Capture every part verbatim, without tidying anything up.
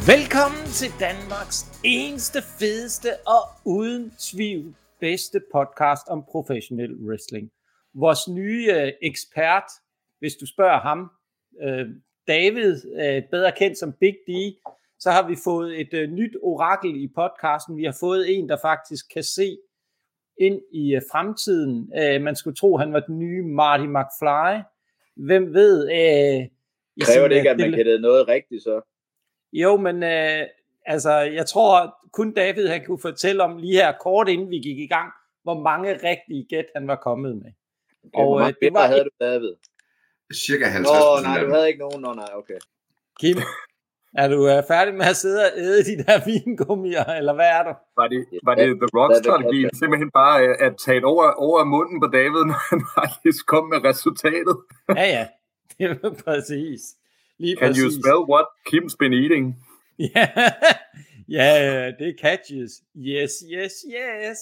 Velkommen til Danmarks eneste, fedeste og uden tvivl bedste podcast om professionel wrestling. Vores nye øh, ekspert, hvis du spørger ham, øh, David, øh, bedre kendt som Big D, så har vi fået et øh, nyt orakel i podcasten. Vi har fået en, der faktisk kan se ind i øh, fremtiden. Øh, man skulle tro, han var den nye Marty McFly. Hvem ved? Øh, Kræver det ikke, at man kan noget rigtigt så? Jo, men øh, altså, jeg tror kun David han kunne fortælle om lige her kort inden vi gik i gang, hvor mange rigtige gæt han var kommet med. Okay, og hvor mange øh, det var havde du, David? Cirka halvtreds procent. Nå, nej, du havde ikke nogen. Nå, nej, okay. Kim, er du uh, færdig med at sidde og æde de der vingummier, eller hvad er du? Var det, var det The Rock-strategi? Simpelthen bare uh, at tage over, over munden på David, når han faktisk kom med resultatet? Ja, ja. Det var præcis. Lige Can præcis. you spell what Kim's been eating? Ja, ja, det catches. Yes, yes, yes.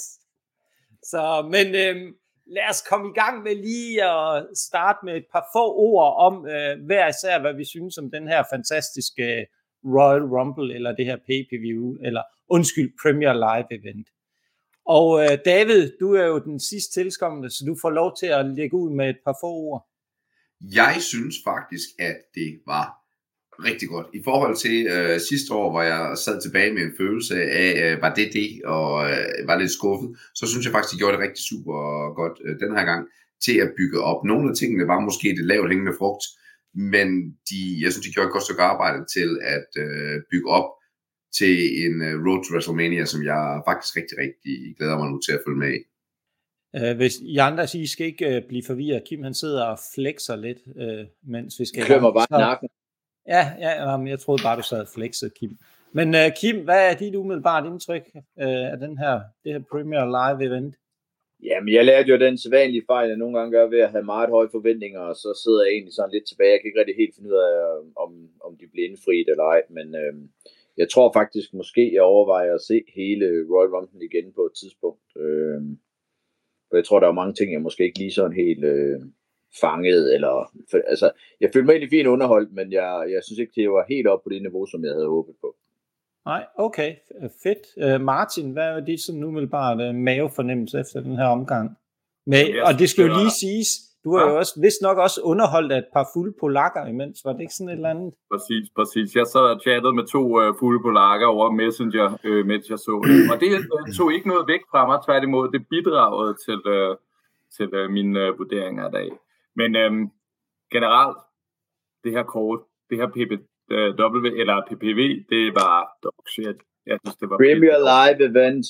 Så, men øhm, lad os komme i gang med lige at starte med et par få ord om øh, hver især, hvad vi synes om den her fantastiske Royal Rumble, eller det her pay-per-view, eller undskyld, Premier Live event. Og øh, David, du er jo den sidste tilskommende, så du får lov til at lægge ud med et par få ord. Jeg synes faktisk, at det var rigtig godt. I forhold til øh, sidste år, hvor jeg sad tilbage med en følelse af, øh, var det det, og øh, var lidt skuffet, så synes jeg faktisk, de gjorde det rigtig super godt øh, den her gang, til at bygge op. Nogle af tingene var måske det lavt hængende frugt, men de, jeg synes, de gjorde et godt stykke arbejde til at øh, bygge op til en øh, Road to WrestleMania, som jeg faktisk rigtig, rigtig glæder mig nu til at følge med i. Uh, hvis I andre siger, I skal ikke uh, blive forvirret. Kim han sidder og flexer lidt, uh, mens vi skal... Klømmer bare så... nakken. Ja, ja jamen, jeg troede bare, du sad og flexede, Kim. Men uh, Kim, hvad er dit umiddelbart indtryk uh, af den her, det her Premier Live event? Jamen, jeg lærte jo den sædvanlige fejl, jeg nogle gange gør ved at have meget høje forventninger, og så sidder jeg egentlig sådan lidt tilbage. Jeg kan ikke rigtig helt finde ud af, om, om de bliver indfriet eller ej, men øh, jeg tror faktisk, måske jeg overvejer at se hele Royal Rumble igen på et tidspunkt. Øh, For jeg tror, der er mange ting, jeg måske ikke lige sådan helt øh, fanget, eller, for, altså, jeg følte mig egentlig fint underholdt, men jeg, jeg synes ikke, det var helt op på det niveau, som jeg havde håbet på. Nej, okay, fedt. Uh, Martin, hvad er dit sådan umiddelbart uh, mavefornemmelse efter den her omgang? Med, og det skal jo lige siges, du har ja. jo også vist nok også underholdt af et par fulde polakker imens, var det ikke sådan et eller andet? Præcis, præcis. Jeg sad og chattede med to uh, fulde polakker over Messenger, uh, mens jeg så det. Og det uh, tog ikke noget væk fra mig, tværtimod. Det bidragede til, uh, til uh, mine uh, vurderinger i dag. Men um, generelt, det her kort, det her P P W, eller P P V, det var dog shit. Jeg synes, det var Premier Live event.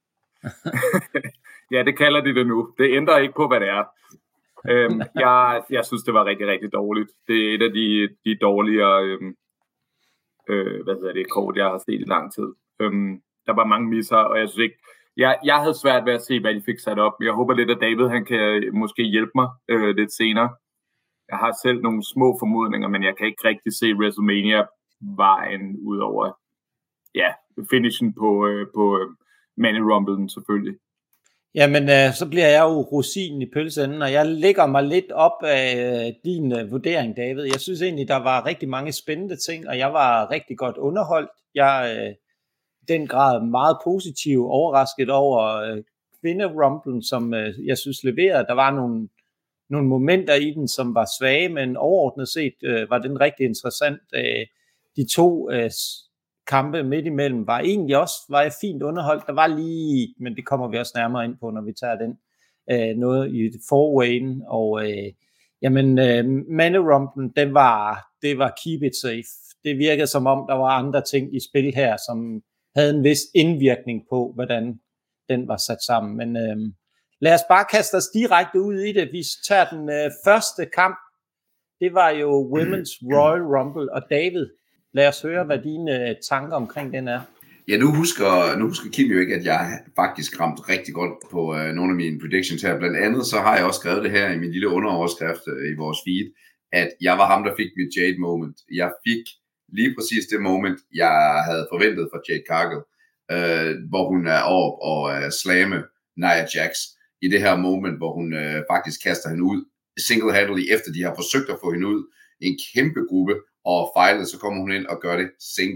Ja, det kalder de det nu. Det ændrer ikke på, hvad det er. øhm, jeg, jeg synes, det var rigtig, rigtig dårligt. Det er et af de, de dårligere øhm, øh, hvad hedder det, kort, jeg har set i lang tid. Øhm, der var mange misser, og jeg synes ikke, jeg, jeg havde svært ved at se, hvad de fik sat op. Jeg håber lidt, at David han kan måske hjælpe mig øh, lidt senere. Jeg har selv nogle små formodninger, men jeg kan ikke rigtig se WrestleMania-vejen ud over ja, finishen på, øh, på øh, Money Rumblen selvfølgelig. Jamen, øh, så bliver jeg jo rosinen i pølseenden, og jeg lægger mig lidt op af øh, din øh, vurdering, David. Jeg synes egentlig, der var rigtig mange spændende ting, og jeg var rigtig godt underholdt. Jeg er øh, i den grad meget positiv overrasket over øh, kvinderumblen, som øh, jeg synes leverede. Der var nogle, nogle momenter i den, som var svage, men overordnet set øh, var den rigtig interessant. Øh, de to øh, kampe midt imellem var egentlig også var jeg fint underholdt. Der var lige, men det kommer vi også nærmere ind på, når vi tager den øh, noget i forwayen. Og øh, jamen, øh, Money-Rumblen, den var, det var keep it safe. Det virkede som om, der var andre ting i spil her, som havde en vis indvirkning på, hvordan den var sat sammen. Men øh, lad os bare kaste os direkte ud i det. Vi tager den øh, første kamp. Det var jo Women's Royal Rumble, og David, lad os høre, hvad dine øh, tanker omkring den er. Ja, nu husker, nu husker Kim jo ikke, at jeg faktisk ramt rigtig godt på øh, nogle af mine predictions her. Blandt andet så har jeg også skrevet det her i min lille underoverskrift øh, i vores feed, at jeg var ham, der fik mit Jade moment. Jeg fik lige præcis det moment, jeg havde forventet fra Jade Cargill, øh, hvor hun er over og øh, slamme Nia Jax i det her moment, hvor hun øh, faktisk kaster hende ud single-handedly, efter de har forsøgt at få hende ud i en kæmpe gruppe, og fejlet, så kommer hun ind og gør det single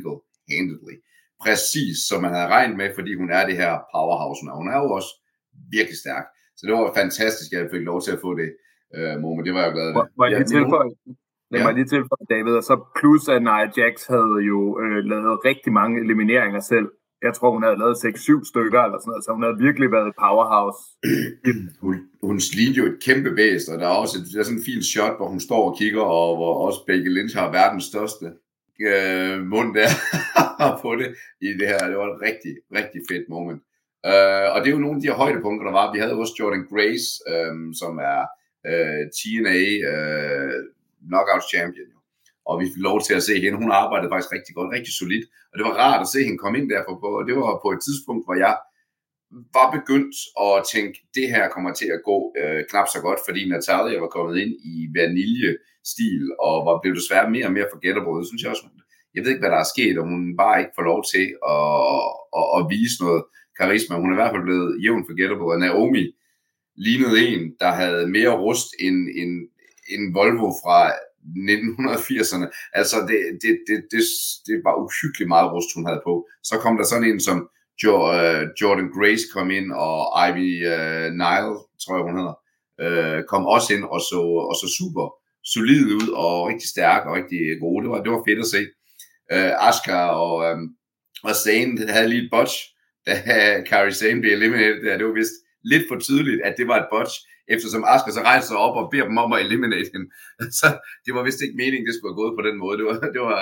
handedly. Præcis som man havde regnet med, fordi hun er det her powerhouse, og hun er jo også virkelig stærk. Så det var fantastisk, at jeg fik lov til at få det, uh, Momo. Det var jeg glad ved. Må jeg lige tilføje, Lad mig lige tilføje, David, og så plus at Nia Jax havde jo øh, lavet rigtig mange elimineringer selv. Jeg tror, hun havde lavet seks syv stykker eller sådan noget, så hun havde virkelig været powerhouse. hun, hun lignede jo et kæmpe bæst, og der er også et, der er sådan en fin shot, hvor hun står og kigger, og hvor også Becky Lynch har verdens største øh, mund der på det i det her. Det var et rigtig, rigtig fedt moment. Uh, og det er jo nogle af de her højdepunkter, der var. Vi havde også Jordan Grace, øh, som er øh, T N A øh, Knockout Champion. Og vi fik lov til at se hende. Hun arbejdede faktisk rigtig godt, rigtig solidt. Og det var rart at se hende komme ind derfor på. Og det var på et tidspunkt, hvor jeg var begyndt at tænke, det her kommer til at gå øh, knap så godt, fordi Natalya var kommet ind i vanilje-stil, og var blevet desværre mere og mere forgettable. Det synes jeg også, jeg ved ikke, hvad der er sket, og hun bare ikke får lov til at, at, at vise noget karisma. Hun er i hvert fald blevet jævnt forgettable. Og Naomi lignede en, der havde mere rust end en, en Volvo fra nitten firserne. Altså, det, det, det, det, det var uhyggeligt meget rust, hun havde på. Så kom der sådan en som jo, uh, Jordan Grace kom ind, og Ivy uh, Nile, tror jeg, hun hedder, uh, kom også ind og så, og så super solid ud, og rigtig stærk og rigtig god. Det var, det var fedt at se. Uh, Asuka og, um, og Zayn havde lige et botch, da Kairi Sane blev eliminated der. Det var vist lidt for tydeligt, at det var et botch, eftersom Asuka så rejser sig op og beder dem om at eliminate hende. Så det var vist ikke meningen, det skulle have gået på den måde. Det var, det var,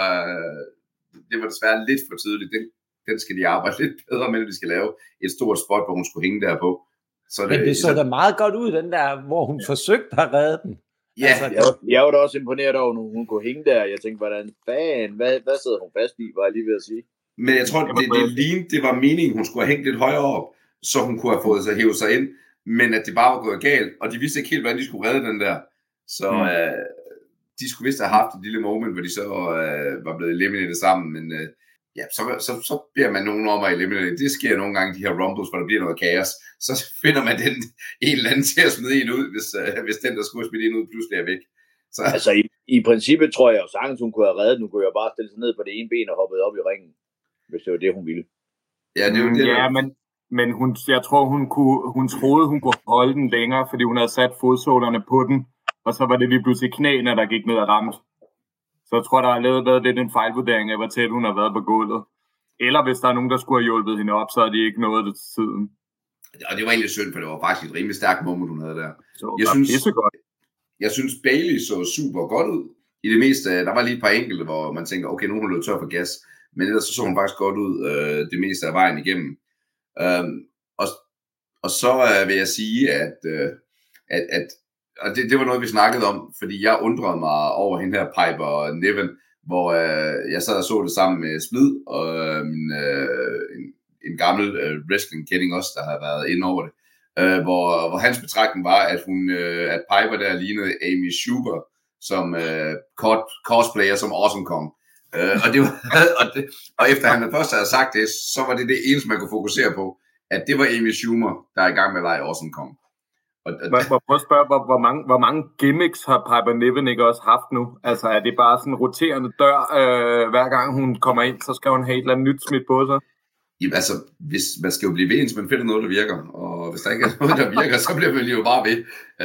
det var desværre lidt for tydeligt. Den, den skal de arbejde lidt bedre med, at de skal lave et stort spot, hvor hun skulle hænge der på. Så det, Men det så så, da meget godt ud, den der, hvor hun ja. forsøgte at redde den. Ja, altså, jeg, jeg var da også imponeret over, at hun kunne hænge der. Jeg tænkte, hvordan fan, hvad, hvad sidder hun fast i, var jeg lige ved at sige. Men jeg tror, det, det lignede, det var meningen, hun skulle have hængt lidt højere op, så hun kunne have fået sig hævet sig ind, men at det bare var gået galt, og de vidste ikke helt, hvordan de skulle redde den der. Så mm. øh, de skulle vist have haft et lille moment, hvor de så øh, var blevet elimineret sammen, men øh, ja, så, så, så beder man nogen om at eliminere. Det sker nogle gange, de her rumbles, hvor der bliver noget kaos. Så finder man den en eller anden til at smide en ud, hvis, øh, hvis den, der skulle smide en ud, pludselig er væk. Så. Altså i, i princippet tror jeg jo sagtens, hun kunne have reddet. Nu kunne jeg bare stille sig ned på det ene ben og hoppet op i ringen, hvis det var det, hun ville. Ja, det er jo det, ja der... men, men hun, jeg tror, hun, kunne, hun troede, hun kunne holde den længere, fordi hun havde sat fodsålerne på den, og så var det lige pludselig knæene, der gik ned og ramt. Så jeg tror, der har lavet været lidt en fejlvurdering af, hvor tæt hun har været på gulvet. Eller hvis der er nogen, der skulle have hjulpet hende op, så har de ikke nået det til tiden. Og det var egentlig synd, for det var faktisk et rimelig stærkt moment, hun havde der. Så jeg, synes, godt. jeg synes, Bailey så super godt ud. I det meste, der var lige et par enkelte, hvor man tænker, okay, nu er hun løbet tør for gas. Men ellers så så hun faktisk godt ud øh, det meste af vejen igennem. Um, og, og så øh, vil jeg sige, at, øh, at, at og det, det var noget, vi snakkede om, fordi jeg undrede mig over hende her Piper Niven, hvor øh, jeg sad og så det sammen med Splid, og øh, min, øh, en, en gammel øh, wrestling-kending også, der har været inde over det, øh, hvor, hvor hans betragtning var, at, hun, øh, at Piper der lignede Amy Schumer som øh, cosplayer som Awesome Kong. Øh, og, det var, og, det, og efter han først havde sagt det, så var det det eneste, man kunne fokusere på, at det var Amy Schumer, der er i gang med at lege Awesome Kong. Og, og, Prøv at spørge, hvor, hvor, mange, hvor mange gimmicks har Piper Niven ikke også haft nu? Altså er det bare sådan en roterende dør, øh, hver gang hun kommer ind, så skal hun have et eller andet nyt smidt på sig? Jamen altså, hvis, man skal jo blive ved, så man finder noget, der virker. Og hvis der ikke er noget, der virker, så bliver man jo bare ved.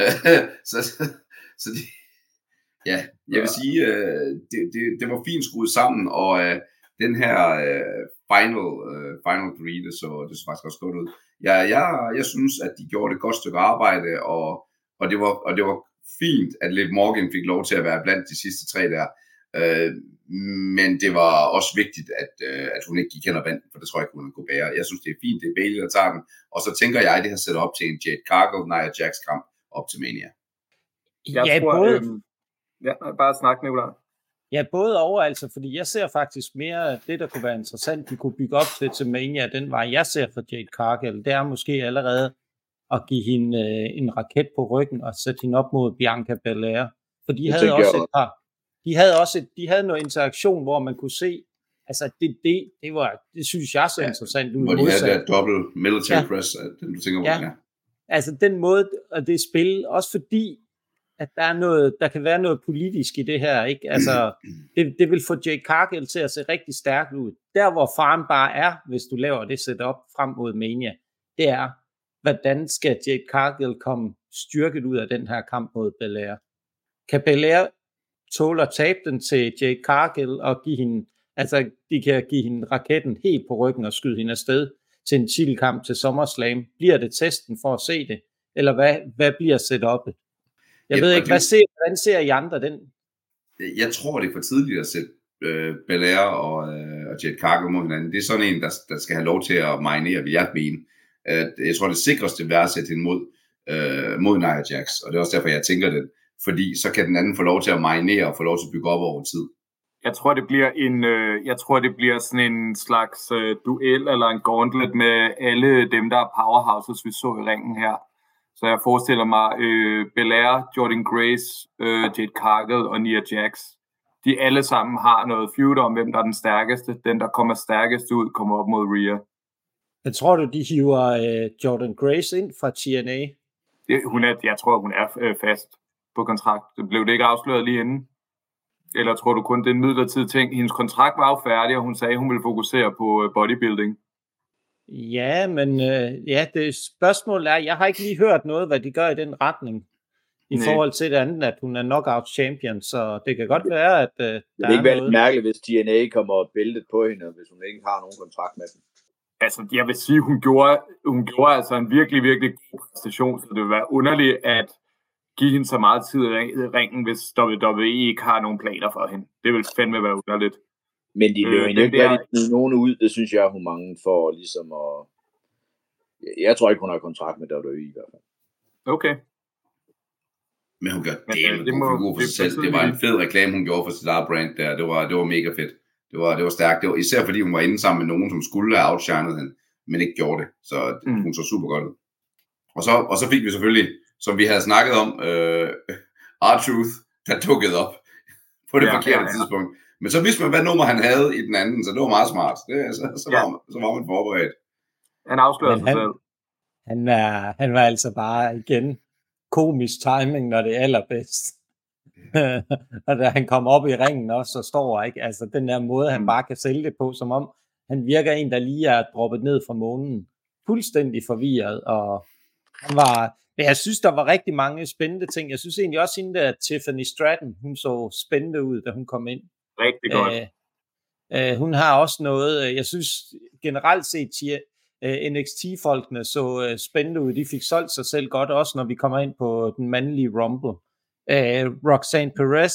så så, så det, ja, jeg vil sige, øh, det, det, det var fint skruet sammen, og øh, den her øh, final, øh, final three, det så, det så faktisk også godt ud. Ja, jeg, jeg synes, at de gjorde et godt stykke arbejde, og, og, det, var, og det var fint, at Liv Morgan fik lov til at være blandt de sidste tre der. Øh, men det var også vigtigt, at, øh, at hun ikke gik hen og vandt, for det tror jeg ikke, hun kunne bære. Jeg synes, det er fint, det er Bailey, der tager den. Og så tænker jeg, at det har sat op til en Jade Cargill, Nia Jax kamp op til Mania. Jeg ja, tror, både... øh, ja, bare snak, Nicolaj. Ja, både over, altså, fordi jeg ser faktisk mere det, der kunne være interessant, de kunne bygge op til til Mania, den vej, jeg ser for Jade Cargill, det er måske allerede at give hende øh, en raket på ryggen og sætte hende op mod Bianca Belair. For de havde også et par, de havde også et, de havde noget interaktion, hvor man kunne se, altså det, det, det var, det synes jeg så ja, interessant ud. Hvor de havde der dobbelt military ja. press, den du tænker på, ja. ja. Altså den måde, og det spil, også fordi, at der er noget, der kan være noget politisk i det her, ikke? Altså, det, det vil få Jade Cargill til at se rigtig stærkt ud. Der, hvor faren bare er, hvis du laver det setup frem mod Mania, det er, hvordan skal Jade Cargill komme styrket ud af den her kamp mod Belair? Kan Belair tåle at tabe den til Jade Cargill og give hende, altså de kan give hende raketten helt på ryggen og skyde hende afsted til en titelkamp til SummerSlam? Bliver det testen for at se det? Eller hvad, hvad bliver setupet? Jeg ja, ved ikke, det, hvad ser, hvordan ser I andre den? Jeg tror, det er for tidligt at sætte øh, Belair og, øh, og Jade Cargill mod hinanden. Det er sådan en, der, der skal have lov til at marinere, vil jeg mene. Uh, jeg tror, det sikreste vil være at sætte hende mod, øh, mod Nia Jax, og det er også derfor, jeg tænker det. Fordi så kan den anden få lov til at marinere og få lov til at bygge op over tid. Jeg tror, det bliver en, øh, jeg tror, det bliver sådan en slags øh, duel eller en gauntlet med alle dem, der er powerhouses, vi så i ringen her. Så jeg forestiller mig øh, Belair, Jordynne Grace, øh, Jade Cargill og Nia Jax. De alle sammen har noget feud om, hvem der er den stærkeste. Den, der kommer stærkest ud, kommer op mod Rhea. Jeg tror du, de hiver øh, Jordynne Grace ind fra T N A? Det, hun er, jeg tror, hun er øh, fast på kontrakt. Det blev det ikke afsløret lige inden? Eller tror du kun, det er en midlertidig ting? Hendes kontrakt var jo færdig, og hun sagde, at hun ville fokusere på bodybuilding. Ja, men øh, ja, det spørgsmålet er, jeg har ikke lige hørt noget, hvad de gør i den retning, i Nej. forhold til det andet, at hun er knockout champion, så det kan godt være, at øh, der det er ikke være lidt mærkeligt, hvis T N A kommer bæltet på hende, hvis hun ikke har nogen kontrakt med dem. Altså, jeg vil sige, hun gjorde, hun gjorde altså en virkelig, virkelig god præstation, så det vil være underligt at give hende så meget tid i ringen, hvis W W E ikke har nogen planer for hende. Det vil fandme være underligt. Men de løber øh, ikke der... rigtig nogen ud, det synes jeg, hun mange får ligesom at... Jeg tror ikke, hun har kontrakt med W W E i hvert fald. Okay. Men hun gør det, det, det, må, for sig selv. Det var en fed reklame, hun gjorde for sit eget brand der. Det var, det var mega fedt. Det var, det var stærkt. Det var, især fordi hun var inde sammen med nogen, som skulle have outshined hende, men ikke gjorde det. Så mm. hun så super godt ud. Og så, og så fik vi selvfølgelig, som vi havde snakket om, øh, R-Truth, der dukkede op på det ja, forkerte ja, ja. tidspunkt. Men så vidste man, hvad nummer han havde i den anden, så det var meget smart. Det, så, så, ja. var, så var man forberedt. Han afslørede sig selv. Han var, han var altså bare igen komisk timing, når det er allerbedst. Og da han kommer op i ringen også, så står ikke, altså den der måde, han bare kan sælge det på, som om han virker en, der lige er droppet ned fra månen. Fuldstændig forvirret, og han var, jeg synes, der var rigtig mange spændende ting. Jeg synes egentlig også, hende der Tiffany Stratton, hun så spændende ud, da hun kom ind. Rigtig godt. Æh, øh, hun har også noget, jeg synes generelt set, N X T-folkene så øh, spændende ud. De fik solgt sig selv godt, også når vi kommer ind på den mandlige Rumble. Æh, Roxanne Perez,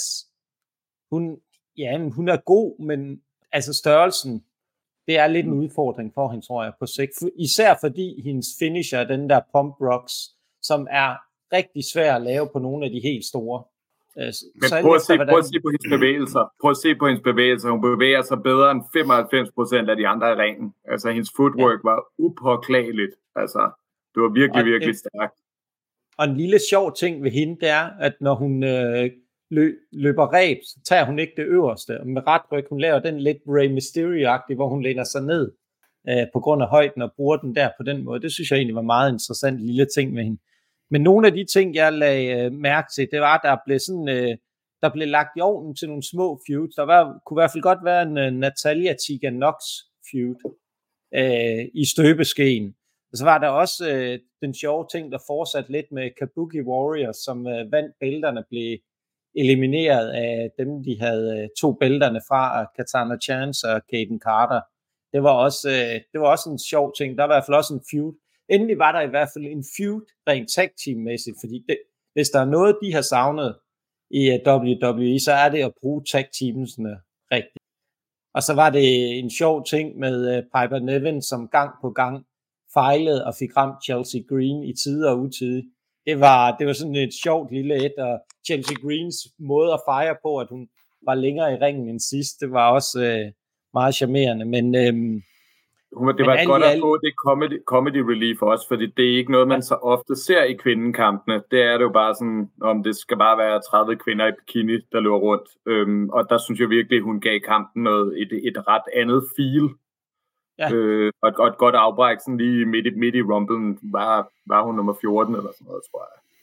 hun, ja, hun er god, men altså størrelsen, det er lidt en udfordring for hende, tror jeg, på sigt. Især fordi hendes finisher, den der pump rocks, som er rigtig svær at lave på nogle af de helt store. Men så prøv, at se, hvordan... prøv at se på hendes bevægelser. Prøv at se på hendes bevægelser. Hun bevæger sig bedre end femoghalvfems procent af de andre i ringen. Altså, hendes footwork ja. var upåklageligt. Altså, det var virkelig, og, virkelig stærkt. Og en lille sjov ting ved hende, det er, at når hun øh, lø- løber ræb, så tager hun ikke det øverste. Og med ret ryg, hun laver den lidt Rey Mysterio-agtig, hvor hun læner sig ned øh, på grund af højden og bruger den der på den måde. Det synes jeg egentlig var meget interessant lille ting med hende. Men nogle af de ting, jeg lagde øh, mærke til, det var, at der blev, sådan, øh, der blev lagt i ovnen til nogle små feuds. Der var, kunne i hvert fald godt være en uh, Natalia Tegan Nox feud øh, i støbeskeen. Og så var der også øh, den sjove ting, der fortsatte lidt med Kabuki Warriors, som øh, vandt bælterne, blev elimineret af dem, de havde øh, to bælterne fra, Katana Chance og Kaden Carter. Det var, også, øh, det var også en sjov ting. Der var i hvert fald også en feud. Endelig var der i hvert fald en feud rent tag team-mæssigt, fordi det, hvis der er noget, de har savnet i uh, W W E, så er det at bruge tag teamsene rigtigt. Og så var det en sjov ting med uh, Piper Niven, som gang på gang fejlede og fik ramt Chelsea Green i tide og utide. Det var, det var sådan et sjovt lille et, og Chelsea Greens måde at fejre på, at hun var længere i ringen end sidst, det var også uh, meget charmerende, men... Um, Det var godt at få det comedy, comedy relief også, fordi det er ikke noget, man så ofte ser i kvindekampene. Det er det jo bare sådan, om det skal bare være tredive kvinder i bikini, der løber rundt. Øhm, og der synes jeg virkelig, hun gav kampen noget, et, et ret andet feel. Ja. Øh, og, et, og et godt afbræk, sådan lige midt i, midt i rumblen, var, var hun nummer fjorten eller sådan noget, tror jeg.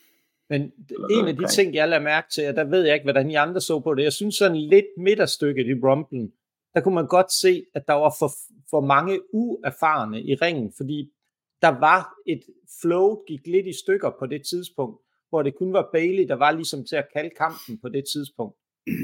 Men en af de ting, jeg lader mærke til, og der ved jeg ikke, hvordan I andre så på det, jeg synes sådan lidt midterstykket i Rumblen, der kunne man godt se, at der var for, for mange uerfarne i ringen, fordi der var et flow, gik lidt i stykker på det tidspunkt, hvor det kun var Bayley, der var ligesom til at kalde kampen på det tidspunkt.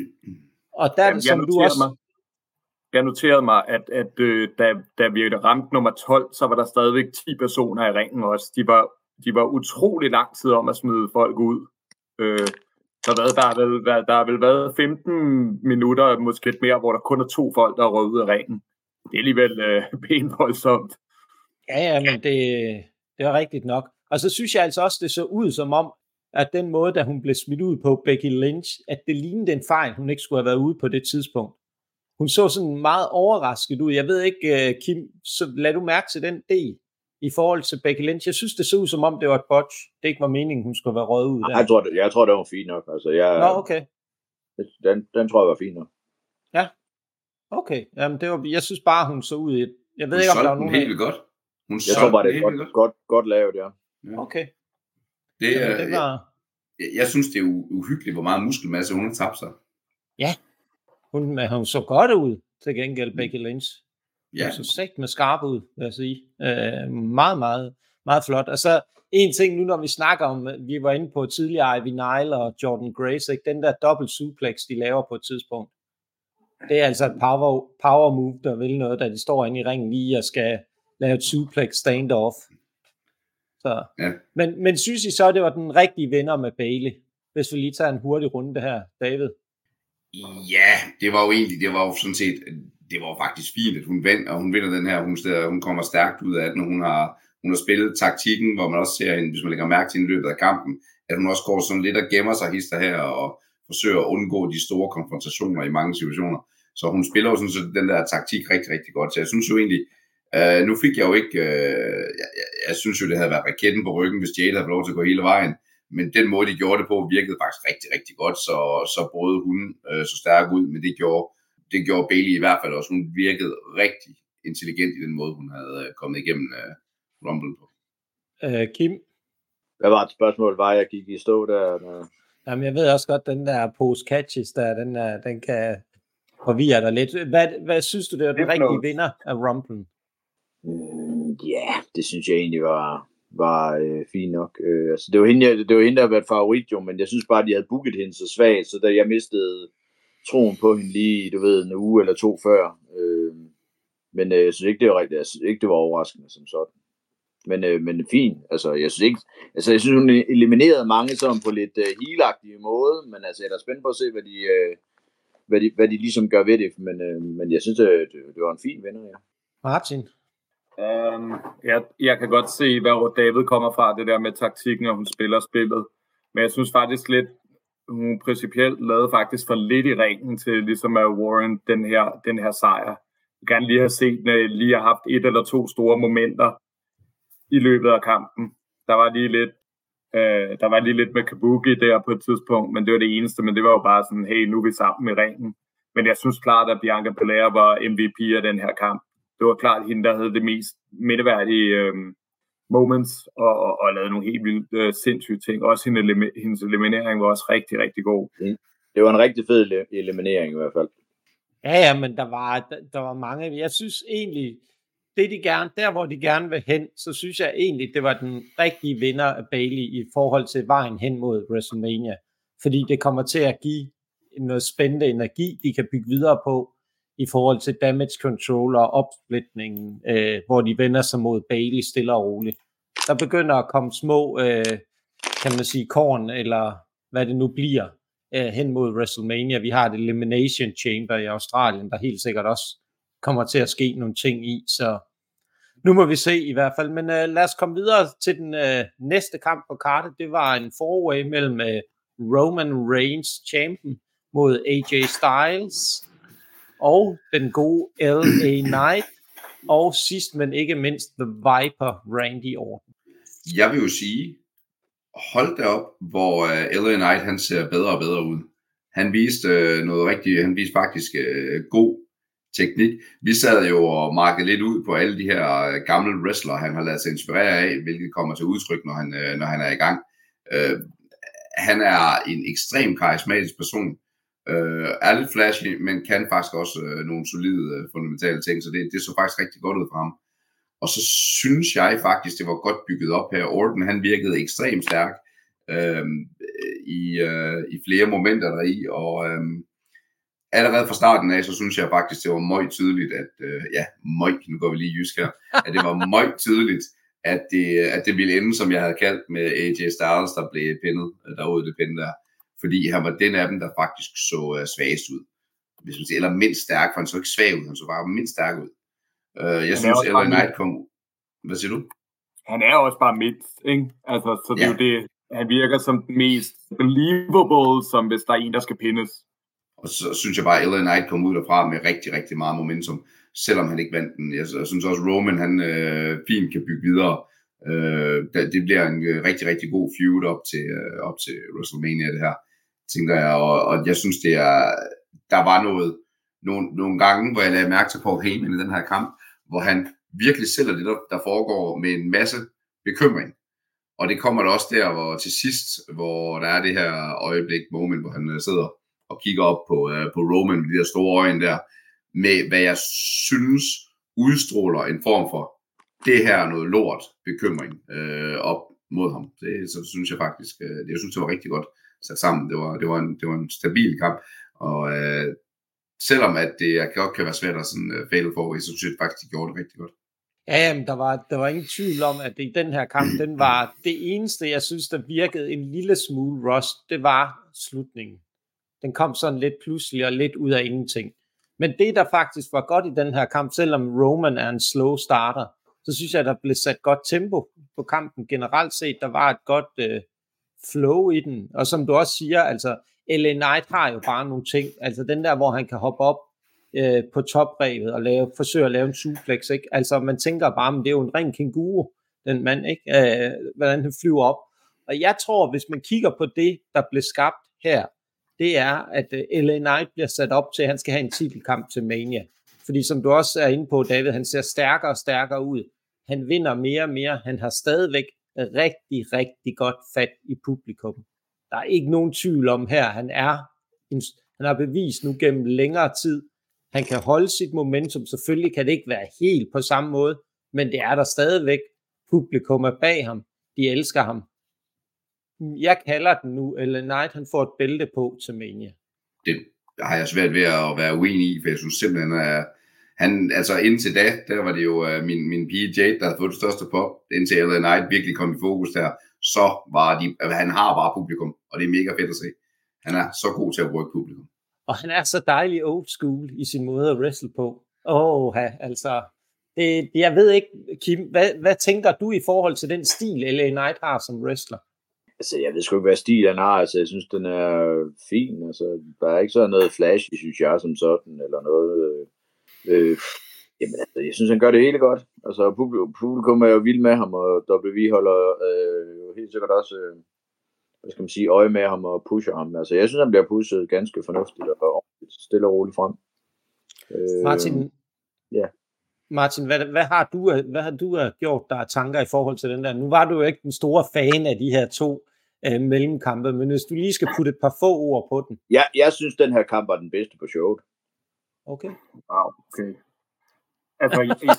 Og der er det, som du også... Mig, jeg noterede mig, at, at øh, da, da vi ramte nummer tolv, så var der stadigvæk ti personer i ringen også. De var, de var utrolig lang tid om at smide folk ud. Øh, der, der, der, har vel, der har vel været femten minutter, måske lidt mere, hvor der kun er to folk, der er røget ud af ringen. Det er alligevel øh, benvoldsomt. Ja, ja, men det, det er rigtigt nok. Og så synes jeg altså også, det så ud som om, at den måde, da hun blev smidt ud på, Becky Lynch, at det lignede en fejl, hun ikke skulle have været ude på det tidspunkt. Hun så sådan meget overrasket ud. Jeg ved ikke, Kim, så lad du mærke til den del i forhold til Becky Lynch. Jeg synes, det så ud som om, det var et botch. Det ikke var meningen, hun skulle være røget ud der. Jeg tror, det, jeg tror, det var fint nok. Altså, jeg, Nå, okay. Den, den tror jeg var fint nok. Ja, okay. Jamen, det var, jeg synes bare, hun så ud i et... Jeg ved hun ikke, om der var nogen... helt vildt godt. Hun jeg tror bare, det er godt, godt. godt, godt lavet, ja. ja. Okay. Det, Jamen, det var... jeg, jeg synes, det er uhyggeligt, hvor meget muskelmasse hun har tabt sig. Ja. Hun, hun så godt ud, til gengæld, Becky Lynch. Ja. Hun så sæt med skarp ud, vil jeg sige. Øh, meget, meget, meget flot. Og så en ting nu, når vi snakker om, vi var inde på tidligere Ivy Nile og Jordan Grace, ikke? Den der dobbelt suplex, de laver på et tidspunkt. Det er altså et power, power move, der vil noget, da de står inde i ringen lige og skal lave et suplex standoff. Så. Ja. Men, men synes I så, det var den rigtige vinder med Bayley? Hvis vi lige tager en hurtig runde her, David. Ja, det var jo egentlig, det var jo sådan set, det var faktisk fint, at hun vandt, og hun vinder den her, hun, hun kommer stærkt ud af den, og hun har, hun har spillet taktikken, hvor man også ser hende, hvis man lægger mærke til hende i løbet af kampen, at hun også går sådan lidt og gemmer sig hister her, og forsøger at undgå de store konfrontationer i mange situationer. Så hun spiller jo sådan set den der taktik rigtig, rigtig godt. Så jeg synes jo egentlig, øh, nu fik jeg jo ikke, øh, jeg, jeg, jeg synes jo, det havde været raketten på ryggen, hvis Jade havde fået lov til at gå hele vejen. Men den måde, de gjorde det på, virkede faktisk rigtig, rigtig godt, så, så brød hun øh, så stærk ud, men det gjorde, det gjorde Bayley i hvert fald også. Hun virkede rigtig intelligent i den måde, hun havde øh, kommet igennem øh, Rumble på. Øh, Kim? Hvad var et spørgsmål, var jeg gik i stå der? der... Jamen, jeg ved også godt, den der post-catches der, den, der, den kan forvirre dig lidt. Hvad, hvad synes du, det er den rigtige vinder af Rumble? Mm, ja, yeah, det synes jeg egentlig var... var øh, fint nok. Øh, altså, det var hende, jeg, det var hende, der havde været favorit jo, men jeg synes bare, de havde booket hende så svagt, så da jeg mistede troen på hende lige, du ved, en uge eller to før. Øh, men øh, jeg synes ikke, det var rigtigt. Jeg synes ikke, det var overraskende som sådan. Men, øh, men fint. Altså, jeg synes ikke, altså, jeg synes, hun eliminerede mange sådan på lidt øh, healagtige måde, men altså, jeg er da spændt på at se, hvad de, øh, hvad de, hvad de ligesom gør ved det, men, øh, men jeg synes, det, det, det var en fin vinder, ja. Martin? Um, jeg, jeg kan godt se, hvor David kommer fra, det der med taktikken, og hun spiller spillet. Men jeg synes faktisk lidt, hun principielt lavede faktisk for lidt i ringen til ligesom at Warren den her, den her sejr. Jeg gerne lige have set, når jeg lige har haft et eller to store momenter i løbet af kampen. Der var lige lidt, øh, der var lige lidt med Kabuki der på et tidspunkt, men det var det eneste, men det var jo bare sådan, hey, nu er vi sammen i ringen. Men jeg synes klart, at Bianca Belair var M V P af den her kamp. Det var klart hende, der havde det mest mindeværdige øh, moments, og, og, og lavede nogle helt vildt øh, sindssyge ting. Også hendes, hendes eliminering var også rigtig, rigtig god. Mm. Det var en rigtig fed eliminering i hvert fald. Ja, ja, men der var, der, der var mange. Jeg synes egentlig, det de gerne, der hvor de gerne vil hen, så synes jeg egentlig, det var den rigtige vinder af Bayley i forhold til vejen hen mod WrestleMania. Fordi det kommer til at give noget spændende energi, de kan bygge videre på, i forhold til damage control og opsplitningen, øh, hvor de vender sig mod Bayley stille og roligt. Der begynder at komme små, øh, kan man sige, korn, eller hvad det nu bliver, øh, hen mod WrestleMania. Vi har et Elimination Chamber i Australien, der helt sikkert også kommer til at ske nogle ting i, så nu må vi se i hvert fald. Men øh, lad os komme videre til den øh, næste kamp på kartet. Det var en four-way mellem øh, Roman Reigns, champion, mod A J Styles, og den gode L A Knight, og sidst men ikke mindst The Viper, Randy Orton. Jeg vil jo sige, hold da op, hvor uh, L A Knight, han ser bedre og bedre ud. Han viste uh, noget rigtigt, han viste faktisk uh, god teknik. Vi sad jo og markede lidt ud på alle de her uh, gamle wrestlere, han har ladet sig inspirere af, hvilket kommer til udtryk, når han, uh, når han er i gang. Uh, han er en ekstrem karismatisk person. Øh, er lidt flashy, men kan faktisk også øh, nogle solide øh, fundamentale ting, så det, det så faktisk rigtig godt ud for ham. Og så synes jeg faktisk, det var godt bygget op her. Orton, han virkede ekstremt stærk øh, i, øh, i flere momenter deri, og øh, allerede fra starten af, så synes jeg faktisk, det var meget tydeligt, at, øh, ja, meget, nu går vi lige jysk her, at det var meget tydeligt, at det, at det ville ende, som jeg havde kaldt med A J Styles, der blev pindet derude, det pinde der. Fordi han var den af dem, der faktisk så uh, svagest ud. Hvis man siger, eller mindst stærk, for han så ikke svag ud, han så bare mindst stærk ud. Uh, jeg han synes, L A Knight kom... Hvad siger du? Han er også bare mindst, ikke? Altså, så det ja. er jo det, han virker som den mest believable, som hvis der er en, der skal pindes. Og så synes jeg bare, at L A Knight kom ud derfra med rigtig, rigtig meget momentum, selvom han ikke vandt den. Jeg, jeg synes også, Roman, han øh, fint kan bygge videre. Øh, det bliver en øh, rigtig, rigtig god feud op til, øh, op til WrestleMania, det her, tænker jeg. Og, og jeg synes, det er, der var noget, nogle, nogle gange, hvor jeg lagde mærke til Paul Heyman i den her kamp, hvor han virkelig sælger det, der, der foregår med en masse bekymring. Og det kommer der også der, hvor til sidst, hvor der er det her øjeblik, moment, hvor han øh, sidder og kigger op på, øh, på Roman med de der store øjne der, med hvad jeg synes udstråler en form for det her er noget lort bekymring øh, op mod ham. Det, så synes jeg faktisk, øh, det, jeg synes det var rigtig godt sat sammen. Det var, det var, en, det var en stabil kamp, og øh, selvom at det godt kan være svært at sådan uh, fail for, så synes jeg faktisk, de gjorde det rigtig godt. Ja, jamen, der var, der var ingen tvivl om, at det, i den her kamp, den var det eneste, jeg synes, der virkede en lille smule rust, det var slutningen. Den kom sådan lidt pludselig og lidt ud af ingenting. Men det, der faktisk var godt i den her kamp, selvom Roman er en slow starter, så synes jeg, der blev sat godt tempo på kampen generelt set. Der var et godt øh, flow i den. Og som du også siger, altså L A Knight har jo bare nogle ting. Altså den der, hvor han kan hoppe op øh, på topbrevet og lave, forsøge at lave en suplex. Ikke? Altså man tænker bare, men det er jo en ren kænguru, den mand, ikke? Øh, hvordan han flyver op. Og jeg tror, hvis man kigger på det, der blev skabt her, det er, at L A Knight bliver sat op til, at han skal have en titelkamp til Mania. Fordi som du også er inde på, David, han ser stærkere og stærkere ud. Han vinder mere og mere. Han har stadigvæk rigtig, rigtig godt fat i publikum. Der er ikke nogen tvivl om her. Han er en, han har bevist nu gennem længere tid. Han kan holde sit momentum. Selvfølgelig kan det ikke være helt på samme måde, men det er der stadigvæk. Publikum er bag ham. De elsker ham. Jeg kalder den nu, L A Knight, han får et bælte på til Mania. Det har jeg svært ved at være uenig i, for jeg synes simpelthen, at han, altså indtil da, der var det jo uh, min, min pige Jade, der havde fået det største pop, indtil L A Knight virkelig kom i fokus der, så var de, altså, han har bare publikum, og det er mega fedt at se. Han er så god til at bruge publikum. Og han er så dejlig old school i sin måde at wrestle på. Åh, oh, altså, det, jeg ved ikke, Kim, hvad, hvad tænker du i forhold til den stil, L A Knight har som wrestler? Altså, jeg ved sgu ikke, hvad stil han har. Altså, jeg synes, den er fin. Altså, der er ikke sådan noget flashy, synes jeg, som sådan, eller noget. Øh, jamen, altså, jeg synes, han gør det hele godt. Altså, publikum er jo vild med ham, og W W E holder øh, helt sikkert også, øh, hvad skal man sige, øje med ham og pusher ham. Altså, jeg synes, han bliver pushet ganske fornuftigt og stille og roligt frem. Øh, Martin, ja. Martin, hvad, hvad, har du, hvad har du gjort der tanker i forhold til den der? Nu var du jo ikke den store fan af de her to øh, mellemkampe, men hvis du lige skal putte et par få ord på den. Ja, jeg synes, den her kamp var den bedste på showet. Okay. Wow, okay. Altså,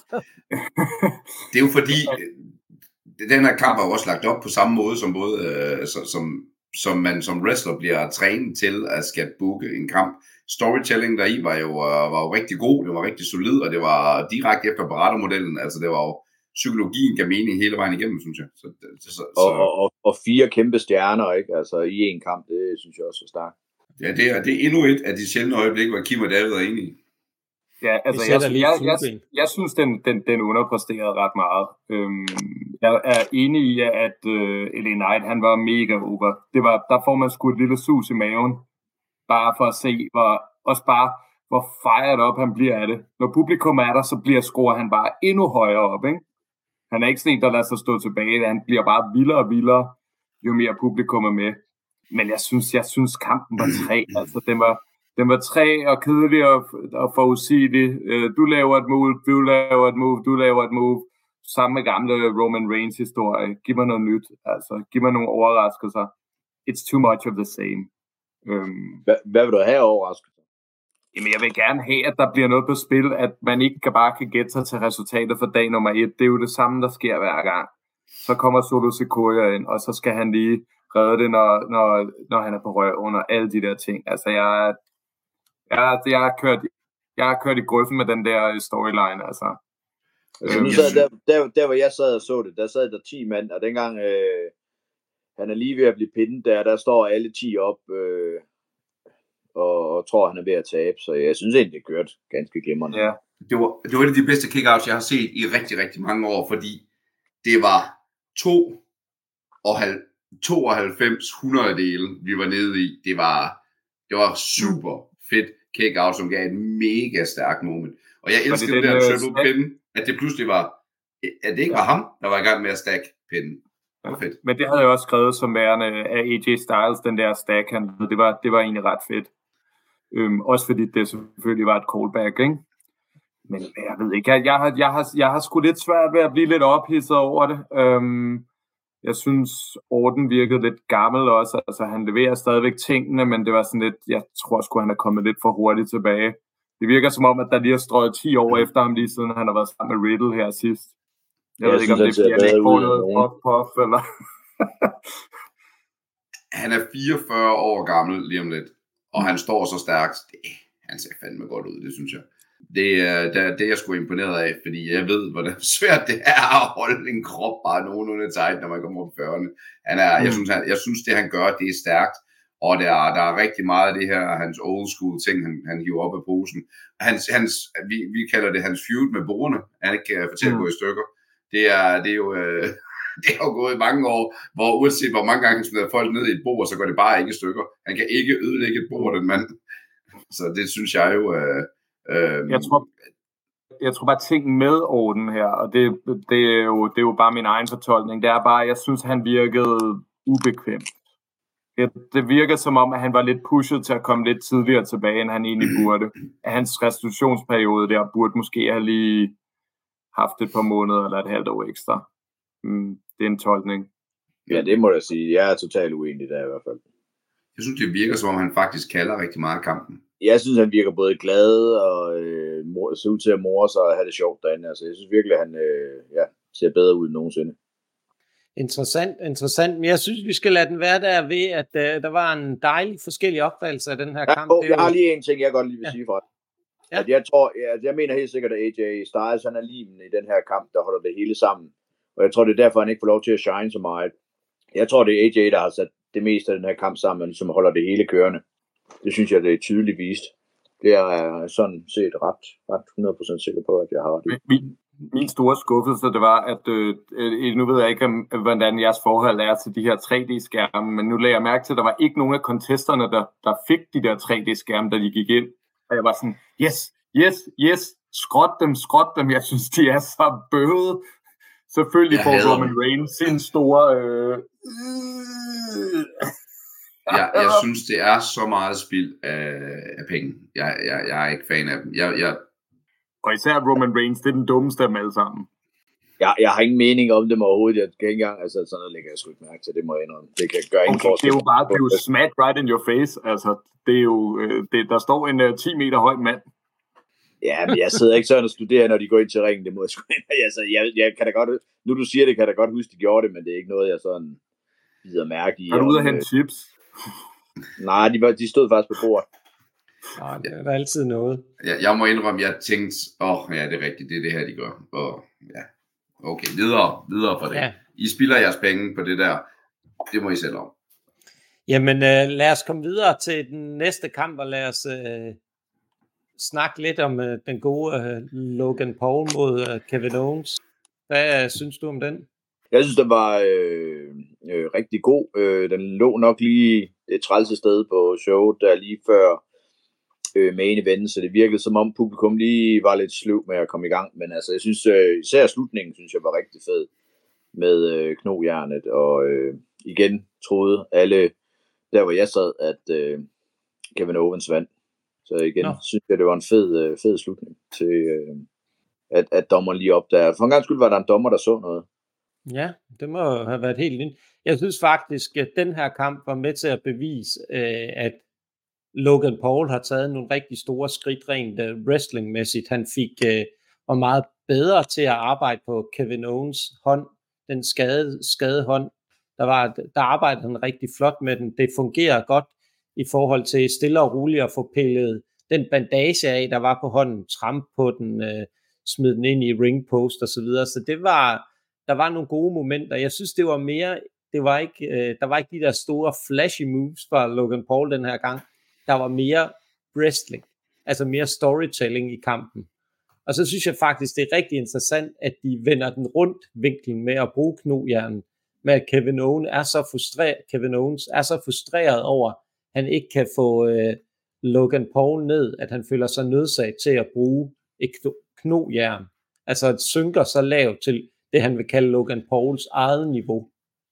det er jo fordi, den her kamp er også lagt op på samme måde, som både øh, som, som man som wrestler bliver trænet til at skal booke en kamp. Storytelling deri var jo, var jo rigtig god, det var rigtig solid, og det var direkte efter Barato-modellen, altså det var jo, psykologien gav mening hele vejen igennem, synes jeg. Så, så, så. Og, og, og fire kæmpe stjerner, ikke? Altså i en kamp, det synes jeg også er stærkt. Ja, det er, det er endnu et af de sjældne øjeblikke, hvor Kim og David er enige. Ja, altså jeg, jeg, jeg, jeg, jeg synes, den, den, den underpræsterede ret meget. Øhm, jeg er enig i, at øh, L A Knight, han var mega over. Det var, der får man sgu et lille sus i maven, bare for at se, hvor, også bare, hvor fired op han bliver af det. Når publikum er der, så bliver scorer han bare endnu højere op, ikke? Han er ikke sådan en, der lader sig stå tilbage. Han bliver bare vildere og vildere, jo mere publikum er med. Men jeg synes, jeg synes kampen var træ. Altså, den var, den var træ og kedelig og, og forudsigelig. Du laver et move, du laver et move, du laver et move. Samme med gamle Roman Reigns historie. Giv mig noget nyt. Altså, giv mig nogle overraskelser. it's too much of the same. Øhm, Hvad, hvad vil du have overrasket? Jamen, jeg vil gerne have, at der bliver noget på spil, at man ikke bare kan gætte sig til resultatet for dag nummer et. Det er jo det samme, der sker hver gang. Så kommer Solo Sikoa ind, og så skal han lige redde det, når, når, når han er på røven og alle de der ting. Altså, jeg, jeg, jeg, har, kørt, jeg har kørt i grøften med den der storyline, altså. Altså, nu sad der, der, der, hvor jeg sad og så det, der sad der ti mand, og dengang øh, han er lige ved at blive pindet der, der står alle ti op, øh, og, og tror, han er ved at tabe, så jeg synes egentlig, det kørte ganske glimrende. Ja. Det var, det var et af de bedste kickouts, jeg har set i rigtig, rigtig mange år, fordi det var to og halv, tooghalvfems hundrededele, vi var nede i. Det var, det var super fedt kickout, som gav et mega stærkt moment. Og jeg elsker det, det der triple pin, at det pludselig var, at det ikke var ham, der var i gang med at stack pinden. Det var fedt. Men det havde jeg også skrevet som værende af A J Styles, den der stack, han, det var, det var egentlig ret fedt. Øhm, også fordi det selvfølgelig var et callback, ikke? Men jeg ved ikke, jeg, jeg, har, jeg, har, jeg har sgu lidt svært ved at blive lidt ophidset over det. Øhm, jeg synes, Orton virkede lidt gammel også, altså han leverer stadigvæk tingene, men det var sådan lidt, jeg tror sgu, han er kommet lidt for hurtigt tilbage. Det virker som om, at der lige har strøget ti år efter ham, lige siden han har været sammen med Riddle her sidst. Jeg, jeg ved ikke, om det bliver, han ikke får noget puff-puff, eller... Han er fireogfyrre år gammel lige om lidt, og han står så stærkt. Det, han ser fandme godt ud, det synes jeg. Det er det, det, jeg sgu imponeret af, fordi jeg ved, hvordan svært det er at holde en krop bare nogenlunde tight, når man kommer op i fyrrerne. Han er, mm. jeg, synes, han, jeg synes, det han gør, det er stærkt, og der er, der er rigtig meget af det her, hans old school ting, han, han hiver op af posen. Hans, hans, vi, vi kalder det hans feud med bordene, han ikke kan fortælle mm. gå i stykker. Det er, det er jo... Øh, det har jo gået i mange år, hvor uanset hvor mange gange han smider folk ned i et bord, så går det bare ikke i stykker. Han kan ikke ødelægge et bord, den mand. Så det synes jeg jo... Øh, øh, jeg, tror, jeg tror bare ting med Orton her, og det, det, er jo, det er jo bare min egen fortolkning. Det er bare, jeg synes, han virkede ubekvemt. Det, det virker som om, at han var lidt pushet til at komme lidt tidligere tilbage, end han egentlig burde. At hans restitutionsperiode der burde måske have lige haft et par måneder eller et halvt år ekstra. Mm, det er en tolkning. Ja, det må jeg sige. Jeg er totalt uenig der i hvert fald. Jeg synes, det virker som om, han faktisk kalder rigtig meget af kampen. Jeg synes, han virker både glad og øh, mor, ser ud til at more sig og have det sjovt derinde. Altså, jeg synes virkelig, at han øh, ja, ser bedre ud end nogensinde. Interessant, interessant. Men jeg synes, vi skal lade den være der ved, at øh, der var en dejlig forskellig opfattelse af den her ja, kamp. Oh, jeg har lige en ting, jeg godt lige vil ja. sige for dig. Ja. At jeg tror, jeg, jeg mener helt sikkert, at A J Styles, han er limen i den her kamp, der holder det hele sammen. Og jeg tror, det er derfor, han ikke får lov til at shine så meget. Jeg tror, det er A J, der har sat det meste af den her kamp sammen, og ligesom holder det hele kørende. Det synes jeg, det er tydeligt vist. Det er sådan set ret, ret hundrede procent sikker på, at jeg har det. Min, min store skuffelse, det var, at øh, nu ved jeg ikke, hvordan jeres forhold er til de her tre D-skærme, men nu lagde jeg mærke til, at der var ikke nogen af contesterne, der, der fik de der tre D-skærme, da de gik ind. Og jeg var sådan, yes, yes, yes, skråt dem, skråt dem. Jeg synes, de er så bøvede. Selvfølgelig får Roman Reigns sin store... Øh... Ja, jeg synes, det er så meget spild af, af penge. Jeg, jeg, jeg er ikke fan af dem. Jeg, jeg... Og især Roman Reigns, det er den dummeste af dem alle sammen. Jeg, jeg har ingen mening om dem overhovedet. Jeg kan ikke engang... Altså, sådan noget lægger jeg sgu ikke mærke til. Det må jeg indrømme. Det kan gøre ingen okay, forskel. Det er jo bare det er jo smack right in your face. Altså, det er jo... Det, der står en uh, ti meter høj mand. Ja, men jeg sidder ikke sådan og studerer, når de går ind til ringen. Det må jeg sgu ikke. Altså, jeg, jeg kan da godt... Nu du siger det, kan jeg da godt huske, de gjorde det, men det er ikke noget, jeg sådan bider mærke i. Er du ude at hente chips? Nej, de, var, de stod faktisk på bordet. Nej, det er altid noget. Jeg, jeg må indrømme, jeg tænkte, åh, oh, ja, det er rigtigt, det er det her, de gør. Og ja, okay, videre, videre for det. Ja. I spilder jeres penge på det der, det må I selv om. Jamen, øh, lad os komme videre til den næste kamp, og lad os øh, snakke lidt om øh, den gode øh, Logan Paul mod øh, Kevin Owens. Hvad øh, synes du om den? Jeg synes, den var øh, øh, rigtig god. Øh, den lå nok lige et trælse sted på showet, der lige før øh, main event, så det virkede som om publikum lige var lidt sløv med at komme i gang. Men altså, jeg synes, øh, især slutningen, synes jeg var rigtig fed med øh, knojernet. Og øh, igen troede alle, der hvor jeg sad, at øh, Kevin Owens vandt. Så igen no. synes jeg, det var en fed, øh, fed slutning til, øh, at, at dommeren lige op der. For en gang skyld var der en dommer, der så noget. Ja, det må have været helt nyt. Jeg synes faktisk, at den her kamp var med til at bevise, øh, at Logan Paul har taget nogle rigtig store skridt rent uh, wrestlingmæssigt. Han fik uh, var meget bedre til at arbejde på Kevin Owens hånd, den skade, skade hånd. Der, var, der arbejdede han rigtig flot med den. Det fungerer godt i forhold til stille og roligt at få pillet den bandage af, der var på hånden, tramp på den, uh, smid den ind i ringpost og så videre. Så det var, der var nogle gode momenter. Jeg synes, det var mere, det var ikke, uh, der var ikke de der store flashy moves fra Logan Paul den her gang. Der var mere wrestling, altså mere storytelling i kampen. Og så synes jeg faktisk, det er rigtig interessant, at de vender den rundt vinklen med at bruge knojernen, med at Kevin Owens er så frustreret, Kevin Owens er så frustreret over, at han ikke kan få øh, Logan Paul ned, at han føler sig nødsaget til at bruge et knojern. Altså at synker så lavt til det, han vil kalde Logan Pauls eget niveau.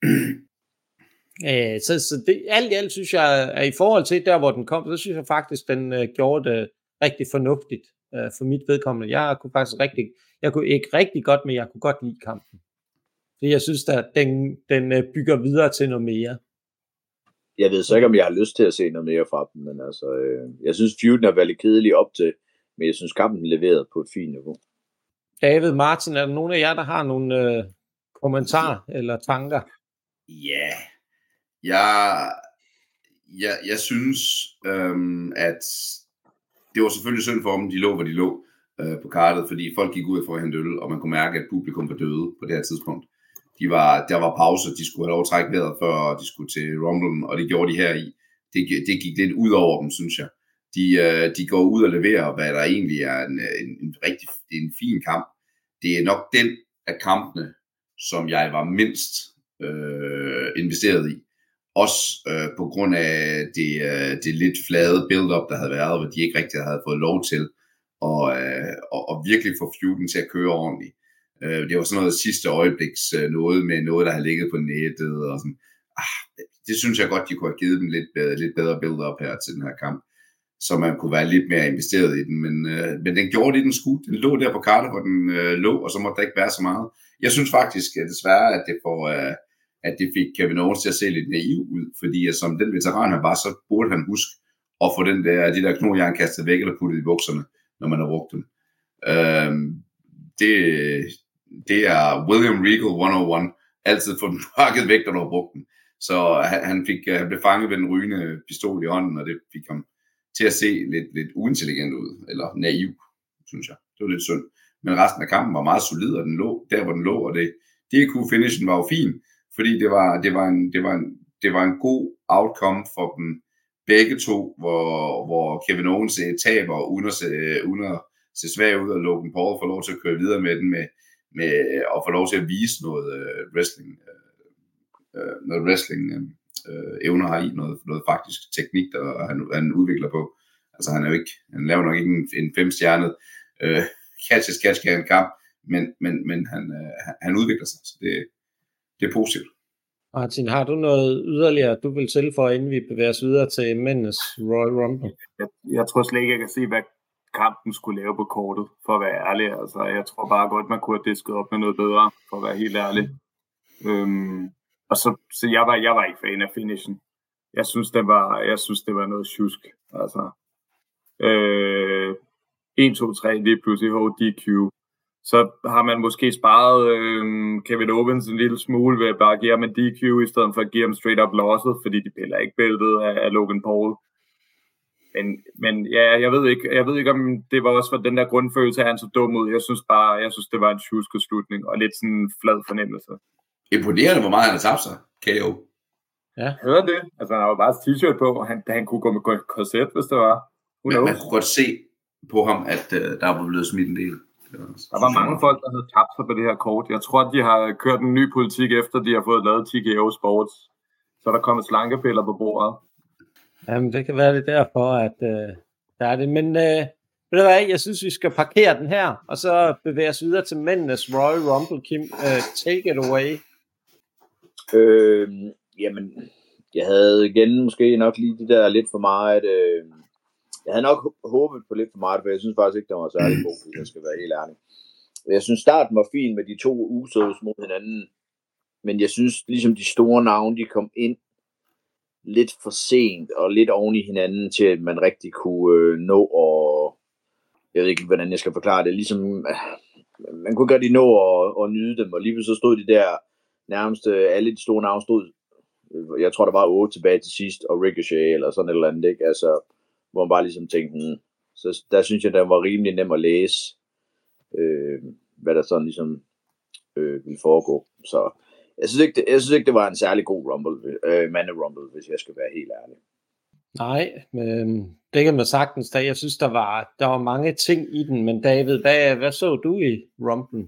Øh, så så det, alt i alt synes jeg, at i forhold til der, hvor den kom, så synes jeg faktisk, den øh, gjorde det rigtig fornuftigt øh, for mit vedkommende. Jeg kunne faktisk rigtig, jeg kunne ikke rigtig godt, men jeg kunne godt lide kampen. Så jeg synes, at den, den øh, bygger videre til noget mere. Jeg ved så ikke, om jeg har lyst til at se noget mere fra dem, men altså, øh, jeg synes, feuden er været lidt kedelig op til, men jeg synes, kampen leverede på et fint niveau. David, Martin, er der nogen af jer, der har nogle øh, kommentarer eller tanker? Ja, yeah. Jeg, jeg, jeg synes, øhm, at det var selvfølgelig synd for dem, de lå, hvor de lå øh, på kartet, fordi folk gik ud for at hente øl, og man kunne mærke, at publikum var døde på det her tidspunkt. De var, der var pause, de skulle have lov at trække vejret, før de skulle til Rumblen, og det gjorde de her i. Det, det gik lidt ud over dem, synes jeg. De, øh, de går ud og leverer, hvad der egentlig er en, en, en rigtig en fin kamp. Det er nok den af kampene, som jeg var mindst øh, investeret i. Også øh, på grund af det, øh, det lidt flade build-up, der havde været, hvor de ikke rigtig havde fået lov til at, øh, at, at virkelig få feuden til at køre ordentligt. Øh, det var sådan noget sidste øjebliks øh, noget med noget, der havde ligget på nettet. Og sådan. Ah, det synes jeg godt, de kunne have givet dem lidt bedre, lidt bedre build-up her til den her kamp, så man kunne være lidt mere investeret i den. Men, øh, men den gjorde det, den skulle. Den lå der på kartet, hvor den øh, lå, og så måtte der ikke være så meget. Jeg synes faktisk at desværre, at det får... Øh, at det fik Kevin Owens til at se lidt naiv ud, fordi at som den veteran han var, så burde han huske at få den der, de der knogjern kastet væk eller puttet i bukserne, når man har brugt dem. Øhm, det, det er William Regal et nul et, altid få den pakket væk, når du har brugt den. Så han, han, fik, han blev fanget ved den rygende pistol i hånden, og det fik ham til at se lidt, lidt uintelligent ud, eller naiv, synes jeg. Det var lidt synd. Men resten af kampen var meget solid, og den lå der, hvor den lå, og det D Q finishen var jo fin, fordi det var, det var, en, det var, en, det var en god outcome for dem begge to, hvor, hvor Kevin Owens taber uden at, se, uden at se svag ud, og Logan Paul får lov til at køre videre med den, med, med at få lov til at vise noget uh, wrestling, uh, noget wrestling uh, evner har i, noget, noget faktisk teknik, der han, han udvikler på. Altså han er jo ikke, han laver nok ikke en, en femstjernet uh, catch-as-catch en kamp, men, men, men han, uh, han udvikler sig, så det Det er positivt. Martin, har du noget yderligere, du vil tilføje, inden vi bevæger os videre til mændenes Royal Rumble? Jeg, jeg tror slet ikke, jeg kan se, hvad kampen skulle lave på kortet, for at være ærlig. Altså, jeg tror bare godt, man kunne have disket op med noget bedre, for at være helt ærlig. Øhm, og så, så jeg, var, jeg var ikke fan af finishen. Jeg synes, det var, jeg synes, det var noget tjusk. Altså, øh, en, to, tre, lige pludselig H D Q. Så har man måske sparet øh, Kevin Owens en lille smule ved at bare give ham en D Q, i stedet for at give ham straight up losset, fordi de piller ikke bæltet af, af Logan Paul. Men, men ja, jeg ved ikke, jeg ved ikke, om det var også for den der grundfølelse, at han så dum ud. Jeg synes bare, jeg synes, det var en tjusket slutning, og lidt sådan en flad fornemmelse. Imponerende, hvor meget han har tabt sig, K O. Ja. Hører det? Altså, han har jo bare t-shirt på, og han, han kunne gå med korset, hvis det var. Men man kunne godt se på ham, at uh, der var blevet smidt en del. Der var mange folk, der havde tabt sig på det her kort. Jeg tror, de har kørt en ny politik, efter de har fået lavet T K O Sports. Så er der kommet slankepiller på bordet. Jamen, det kan være det derfor, at øh, der er det. Men øh, ved du hvad, jeg synes, vi skal parkere den her, og så bevæge os videre til mændenes Royal Rumble. Kim, uh, take it away. Øh, jamen, jeg havde igen måske nok lige de der lidt for meget... Øh, Jeg havde nok håbet på lidt for meget, for jeg synes faktisk ikke, der var særlig god, hvis jeg skal være helt ærlig. Jeg synes, starten var fin med de to usos mod hinanden. men jeg synes ligesom de store navne, de kom ind lidt for sent og lidt oven i hinanden til, at man rigtig kunne øh, nå og jeg ved ikke, hvordan jeg skal forklare det, ligesom man kunne godt lige nå at, at nyde dem, og lige så stod de der nærmest alle de store navne stod, jeg tror der var otte tilbage til sidst, og Ricochet eller sådan et eller andet, ikke? Altså, hvor man bare ligesom tænkte, hmm. Så der synes jeg, den var rimelig nem at læse, øh, hvad der sådan ligesom øh, ville foregå. Så jeg synes, ikke, det, jeg synes ikke, det var en særlig god Rumble, øh, mande Rumble, hvis jeg skal være helt ærlig. Nej, men det kan man sagtens da. Jeg synes, der var, der var mange ting i den, men David, hvad, hvad så du i Rumble?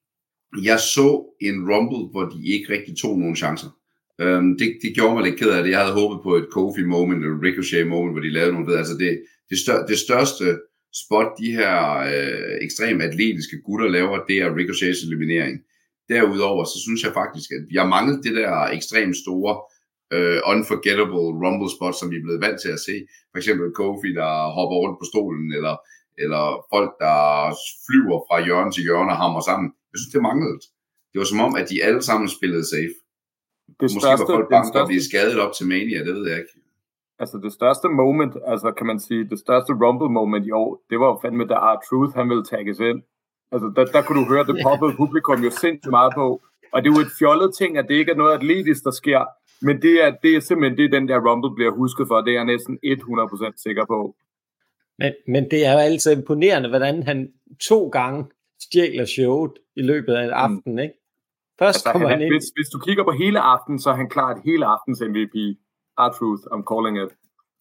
Jeg så en Rumble, hvor de ikke rigtig tog nogen chancer. Um, det, det gjorde mig lidt ked af det. Jeg havde håbet på et Kofi moment, eller Ricochet moment, hvor de lavede noget. Altså det, det, stør, det største spot, de her øh, ekstremt atletiske gutter laver, det er Ricochets eliminering. Derudover, så synes jeg faktisk, at jeg manglede det der ekstremt store uh, unforgettable Rumble spot, som vi er blevet vant til at se. For eksempel Kofi, der hopper rundt på stolen, eller, eller folk, der flyver fra hjørne til hjørne og hammer sammen. Jeg synes, det manglede. Det var som om, at de alle sammen spillede safe. Det Måske største, var folk bange for at blive skadet op til Mania, det ved jeg ikke. Altså det største moment, altså kan man sige, det største Rumble moment i år, det var jo fandme, da R-Truth, han ville tagges ind. Altså der, der kunne du høre, det poppede publikum jo sindssygt meget på. Og det er jo et fjollet ting, at det ikke er noget atletisk, der sker. Men det er, det er simpelthen det, den der Rumble bliver husket for. Det er jeg næsten hundrede procent sikker på. Men, men det er jo altså imponerende, hvordan han to gange stjæler showet i løbet af aftenen, ikke? Først altså, kommer han, han ind. Hvis, hvis du kigger på hele aftenen, så er han klart hele aftens M V P. R-Truth, I'm calling it.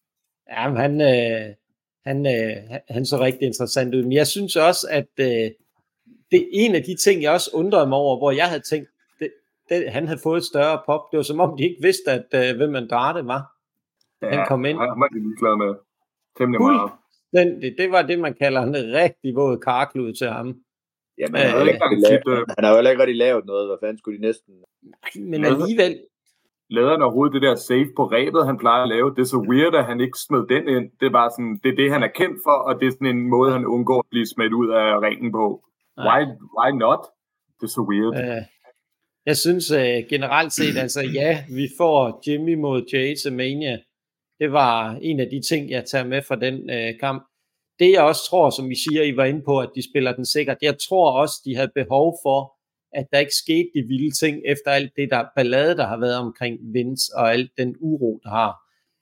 Ja, men han, øh, han, øh, han så rigtig interessant ud. Men jeg synes også, at øh, det er en af de ting, jeg også undrede mig over, hvor jeg havde tænkt, det, det, han havde fået et større pop. Det var som om, de ikke vidste, at øh, hvem Andrade var. Ja, han kom ind. Han var lige glad med. Temmelig meget. Den, det, det var det, man kalder en rigtig våd karklud til ham. Jamen, han, øh, har lavet, han har jo heller ikke rigtig lavet noget. Hvad fanden skulle de næsten... Men alligevel... Lavede han overhovedet det der save på rebet, han plejer at lave? Det er så weird, at han ikke smed den ind. Det er bare sådan, det er det, han er kendt for, og det er sådan en måde, han undgår at blive smidt ud af ringen på. Why, why not? Det er så weird. Øh, jeg synes uh, generelt set, altså ja, vi får Jimmy mod Jay til Mania. Det var en af de ting, jeg tager med fra den uh, kamp. Det jeg også tror, som vi siger, I var inde på, at de spiller den sikkert. Jeg tror også, de havde behov for, at der ikke skete de vilde ting, efter alt det der ballade, der har været omkring Vince, og alt den uro, der har.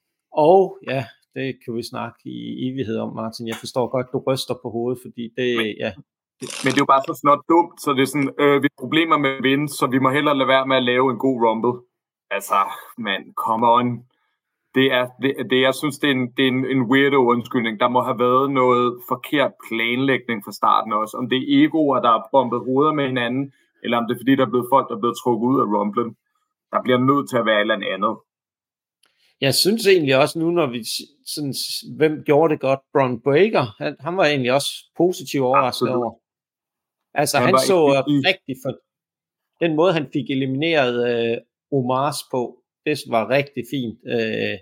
Og ja, det kan vi snakke i evighed om, Martin. Jeg forstår godt, du ryster på hovedet, fordi det, men, ja. Men det er jo bare så snart dumt, så det er sådan, øh, vi har problemer med Vince, så vi må hellere lade være med at lave en god Rumble. Altså, man, come on. Det er, det, det, jeg synes, det er, en, det er en, en weirdo undskyldning. Der må have været noget forkert planlægning fra starten også. Om det er egoer, der har bombet hoveder med hinanden, eller om det er fordi, der er blevet folk, der er blevet trukket ud af Rumblen. Der bliver nødt til at være et eller andet. Jeg synes egentlig også nu, når vi sådan, hvem gjorde det godt? Braun Breaker, han, han var egentlig også positiv overrasket Absolut. over. Altså han, han så ikke... rigtig for den måde, han fik elimineret øh, Omars på. Det var rigtig fint. Øh,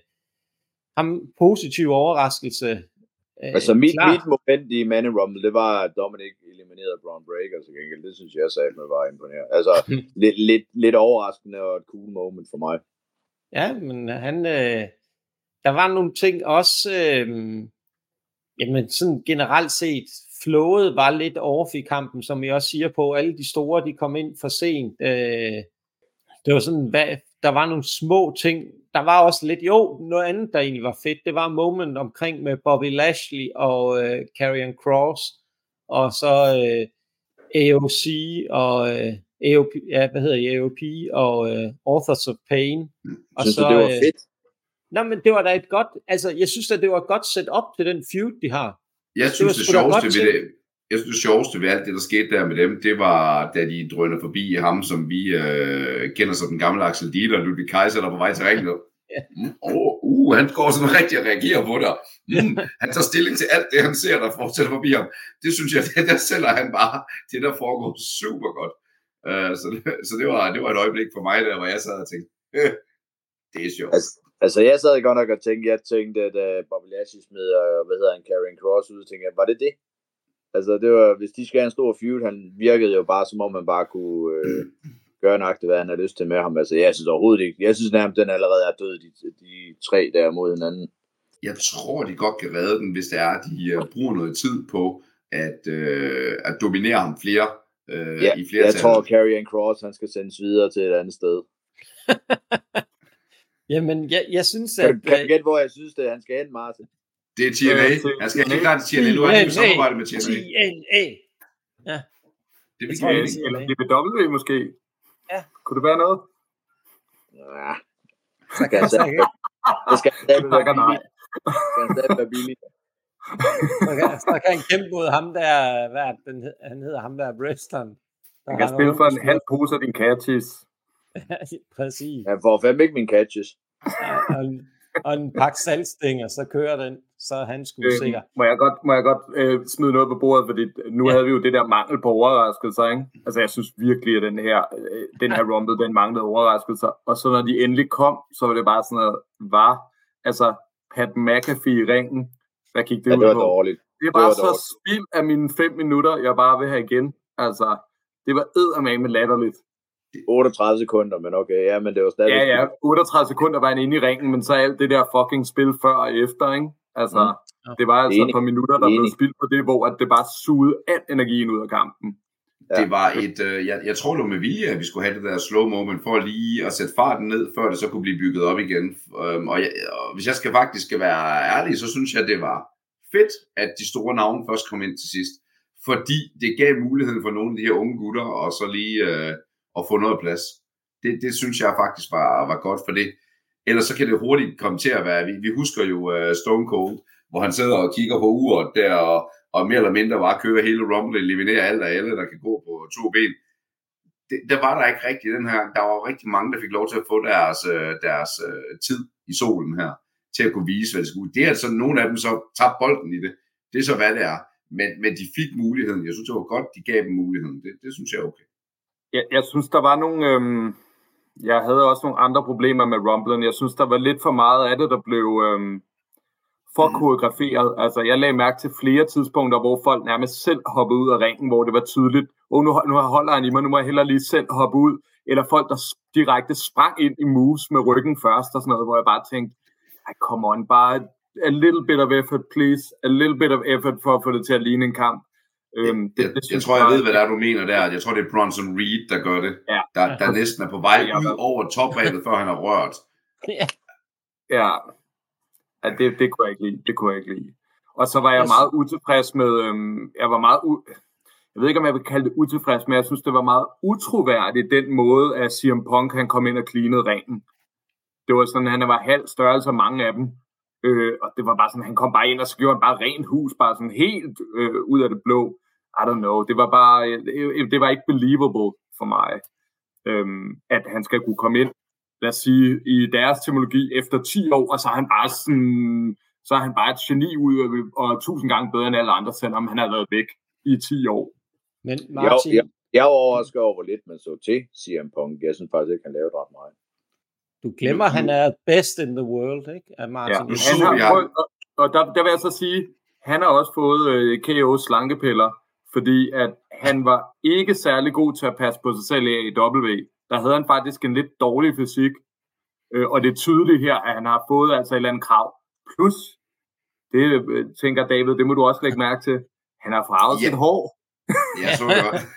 ham positiv overraskelse. Øh, altså mit, mit moment i Mande Rumble, det var, at Dominic eliminerede Braun Breaker til gengæld. Det synes jeg sagde, at var imponeret. Altså lidt, lidt, lidt overraskende og et cool moment for mig. Ja, men han, øh, der var nogle ting også, øh, jamen sådan generelt set, flowet var lidt off i kampen, som jeg også siger på, alle de store, de kom ind for sent. Øh, det var sådan, hvad, der var nogle små ting, der var også lidt, jo, noget andet, der egentlig var fedt, det var moment omkring med Bobby Lashley og øh, Karrion Kross, og så øh, A O C og øh, A O P, ja, hvad hedder I, A O P og øh, Authors of Pain. Og synes så, du, det var fedt? Øh, nej, men det var da et godt, altså, jeg synes at det var et godt set op til den feud, de har. Jeg synes, det, det sjoveste ved det, jeg synes, det sjoveste ved alt det, der skete der med dem, det var, da de drønede forbi ham, som vi øh, kender som den gamle Axel Dieter, Ludwig Kaiser, der på vej til ringen. Ja. Mm, oh, uh, han går sådan rigtig og reagerer på det. Mm, han tager stilling til alt det, han ser, der fortsætter forbi ham. Det synes jeg, det der sælger han bare. Det der foregår super godt. Uh, så det, så det, var, det var et øjeblik for mig, der, hvor jeg sad og tænkte, øh, det er sjovt. Altså, altså jeg sad godt nok og tænkte, jeg tænkte, at uh, Bobby Lashley smed, uh, hvad hedder han, Karrion Kross ud, og tænkte jeg, var det det? Altså det var, hvis de skal have en stor feud, han virkede jo bare, som om man bare kunne, øh, gøre nøjagtigt, hvad han har lyst til med ham. Altså, jeg synes overhovedet ikke. Jeg synes nærmest, den allerede er død, de, de tre der mod hinanden. Jeg tror, de godt kan redde den, hvis det er, at de uh, bruger noget tid på at, uh, at dominere ham flere uh, ja, i flere jeg tal. tror, Karrion Kross, han skal sendes videre til et andet sted. Jamen, jeg, jeg synes, kan, at... Kan du gætte, hvor jeg synes, det han skal hen, Martin? Det er T N A. Han skal ikke klart til T N A. Nu er han jo samarbejde med T N A. T N A. Ja. Det vil jeg ikke. Eller D B W måske. Ja. Kunne det være noget? Ja. Så kan jeg sige, det skal stadig være billigt. Det skal stadig være billigt. Så kan, så kan han kæmpe mod ham der, hvad er den, han hedder ham der, Wrestleren. Han kan spille for en halv pose af din catches. Præcis. Jeg får fandme ikke min catches. Ja, og, en, og en pakke salgstænger, så kører den, så er han sgu øh, sikker. Må jeg godt, må jeg godt øh, smide noget på bordet, fordi nu ja. havde vi jo det der mangel på overraskelser, ikke? Altså jeg synes virkelig, at den her, øh, den her Rumble, den manglede overraskelser. Og så når de endelig kom, så var det bare sådan noget, var, altså Pat McAfee i ringen, hvad gik det ja, ud det var på? Dårligt. Det var, det var så dårligt. Spild af mine fem minutter, jeg bare vil have igen. Altså, det var eddermame latterligt. otteogtredive sekunder, men okay, ja, men det var stadig... Ja, ja, otteogtredive sekunder var han inde i ringen, men så alt det der fucking spil før og efter, ikke? Altså, mm. det var altså et par minutter, der Enig. blev spildt på det, hvor at det bare sugede al energien ud af kampen. Ja. Det var et, øh, jeg, jeg tror det var med vilje, at vi skulle have det der slow moment, for lige at sætte farten ned, før det så kunne blive bygget op igen. Øhm, og, jeg, og hvis jeg skal faktisk skal være ærlig, så synes jeg, det var fedt, at de store navne først kom ind til sidst. Fordi det gav muligheden for nogle af de her unge gutter, og så lige... Øh, og få noget plads. Det, det synes jeg faktisk var, var godt for det. Ellers så kan det hurtigt komme til at være, vi, vi husker jo uh, Stone Cold, hvor han sidder og kigger på uret der, og, og mere eller mindre bare kører hele Rumble, eliminerer alt og alle, der kan gå på to ben. Det, der var der ikke rigtig den her, der var rigtig mange, der fik lov til at få deres, deres uh, tid i solen her, til at kunne vise, hvad det skulle. Det er altså, nogle af dem så tabte bolden i det. Det er så, hvad det er. Men, men de fik muligheden. Jeg synes, det var godt, de gav dem muligheden. Det, det synes jeg er okay. Jeg, jeg synes, der var nogle... Øhm, jeg havde også nogle andre problemer med Rumblen. Jeg synes, der var lidt for meget af det, der blev øhm, for koreograferet. Altså, jeg lagde mærke til flere tidspunkter, hvor folk nærmest selv hoppede ud af ringen, hvor det var tydeligt. Åh, nu, nu holder han i mig, nu må jeg hellere lige selv hoppe ud. Eller folk, der direkte sprang ind i moves med ryggen først og sådan noget, hvor jeg bare tænkte, ej, come on, bare a little bit of effort, please. A little bit of effort for at få det til at ligne en kamp. Øhm, det, jeg, det, jeg tror, jeg ved, hvad der er, du mener der. Jeg tror, det er Bronson Reed, der gør det. Ja. Der, der næsten er på vej ud over topradet, før han har rørt. Ja, ja. ja det, det kunne jeg ikke lide. Det kunne jeg ikke lide. Og så var jeg meget utilfreds med... Øhm, jeg var meget... U- jeg ved ikke, om jeg vil kalde det utilfreds, men jeg synes, det var meget utroværdigt, den måde, at C M Punk han kom ind og cleanede ringen. Det var sådan, han var halv størrelse af mange af dem. Øh, og det var bare sådan, han kom bare ind, og så gjorde han bare rent hus, bare sådan helt øh, ud af det blå. I don't know, det var bare, det, det var ikke believable for mig, øhm, at han skal kunne komme ind, lad os sige, i deres terminologi efter ti år, og så er han bare sådan, så er han bare et geni ud, og tusind gange bedre end alle andre, selvom han har været væk i ti år. Men Martin... Jeg, jeg, jeg var overrasket over, hvor lidt man så til C M Punk. Jeg synes faktisk ikke, han lavede ret meget. Du glemmer, at han er best in the world, ikke? Af Martin. Ja, han har prøvet, og, og der, der vil jeg så sige, han har også fået øh, K O slankepiller, fordi at han var ikke særlig god til at passe på sig selv i A E W. Der havde han faktisk en lidt dårlig fysik, øh, og det er tydeligt her, at han har fået altså et eller andet krav. Plus, det øh, tænker David, det må du også lægge mærke til, han har farvet yeah. sit hår. Jeg så det godt.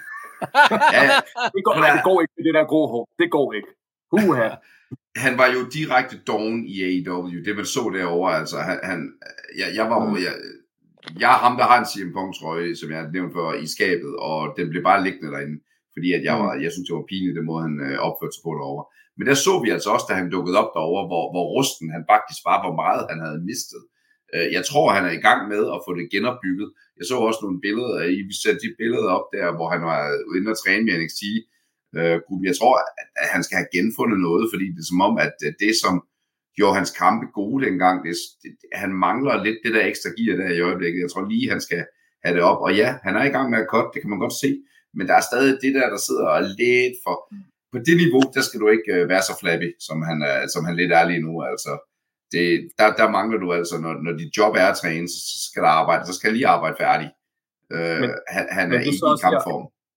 Ja, det, går, nej, det går ikke med det der grå hår. Det går ikke. Huha. Han var jo direkte doven i A E W, det man så derovre, altså han, han jeg, jeg var jo, jeg, jeg er ham, der har en C M Punk trøje, som jeg har nævnt før, i skabet, og den blev bare liggende derinde, fordi at jeg, var, jeg synes, det var pinligt, den måde, han øh, opførte sig på derovre. Men der så vi altså også, da han dukkede op derovre, hvor, hvor rusten han faktisk var, hvor meget han havde mistet. Øh, jeg tror, han er i gang med at få det genopbygget. Jeg så også nogle billeder, I vi satte de billeder op der, hvor han var inde og træne med N X T. Øh, jeg tror, at han skal have genfundet noget, fordi det er som om, at det, som gjorde hans kampe gode dengang, det, det, han mangler lidt det der ekstra gear der i øjeblikket. Jeg tror lige, han skal have det op. Og ja, han er i gang med at cut, det kan man godt se. Men der er stadig det der, der sidder og lidt for... På det niveau, der skal du ikke være så flabby, som han, er, som han lidt er lige nu. Altså, det, der, der mangler du altså, når, når dit job er at træne, så skal der arbejde, så skal lige arbejde færdig. Øh, men, han han men er ikke i kampform.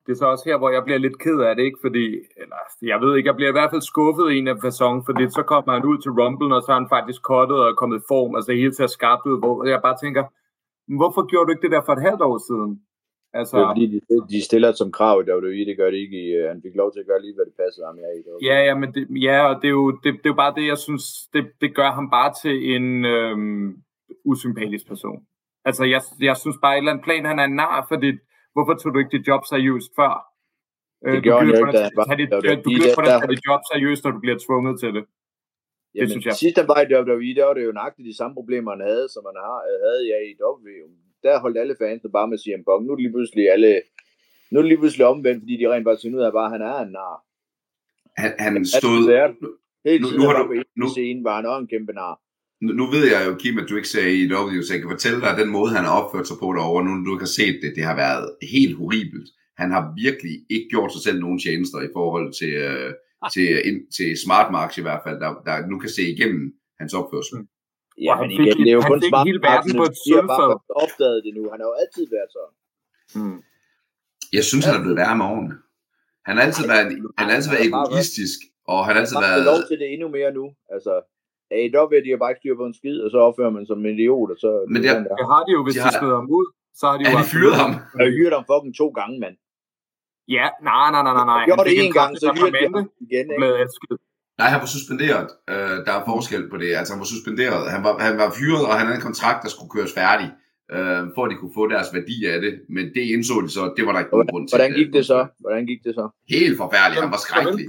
det er så også her, hvor jeg bliver lidt ked af det, ikke? Fordi, eller, jeg ved ikke, jeg bliver i hvert fald skuffet i en af fasong, fordi så kommer han ud til Rumble, og så er han faktisk cuttet og kommet i form, altså helt til at skarpt ud, hvor jeg bare tænker, hvorfor gjorde du ikke det der for et halvt år siden? Altså, det er fordi, de, de stiller som krav i W W E, det gør det ikke i, han fik lov til at gøre lige, hvad det passede ham. Jeg i ja, ja, men det, ja, og det er, jo, det, det er jo bare det, jeg synes, det, det gør ham bare til en øhm, usympatisk person. Altså, jeg, jeg synes bare, et eller andet plan, han er en nar, fordi hvorfor tog du ikke dit job seriøst før? Det gjorde han jo ikke, da han var. Du bliver på at tage dit job seriøst, når du bliver tvunget til det. Jamen, det synes jeg. Sidst han var i W W E, der var det jo nøjagtigt de samme problemer, han havde, som han har, havde i A E W. Der holdt alle fansene bare med C M Punk. Nu er det lige pludselig alle... Nu er det lige pludselig omvendt, fordi de rent bare finder ud af, bare, at han er en nar. Han, han stod... Helt nu, nu, nu, nu, scenen var han også en kæmpe nar. Nu, nu ved jeg jo, Kim, at du ikke ser A E W, så jeg kan fortælle dig, at den måde, han har opført sig på derovre, nu du ikke har set det, det har været helt horribelt. Han har virkelig ikke gjort sig selv nogen tjenester i forhold til, øh, til, ind, til Smartmarks i hvert fald, der, der nu kan se igennem hans opførsel. Ja, men igen, det er jo kun Smartmarks, de har bare opdaget det nu. Han har jo altid været sådan. Hmm. Jeg synes, han er blevet værre med årene. Han har altid været, han har altid været egoistisk, og han har altid været... Han har lov til det endnu mere nu, altså... A E W, de har bare ikke styr på en skid, og så opfører man som en idiot, og så... Men det, det, det har de jo, hvis de, de smider ham ud, så har de jo... Ja, de fyret ham. De har hyret ham fucking to gange, mand. Ja, nej, nej, nej, nej, nej. Jeg gjorde det en gang, så hyrede de ham igen, ikke? Nej, han var suspenderet. Uh, der er forskel på det. Altså, han var suspenderet. Han var, han var fyret, og han havde en kontrakt, der skulle køres færdig, uh, for at de kunne få deres værdi af det. Men det indså de så, det var der ikke nogen grund til. Hvordan gik det så? Hvordan gik det så? Helt forfærdeligt. Han var skrækkelig.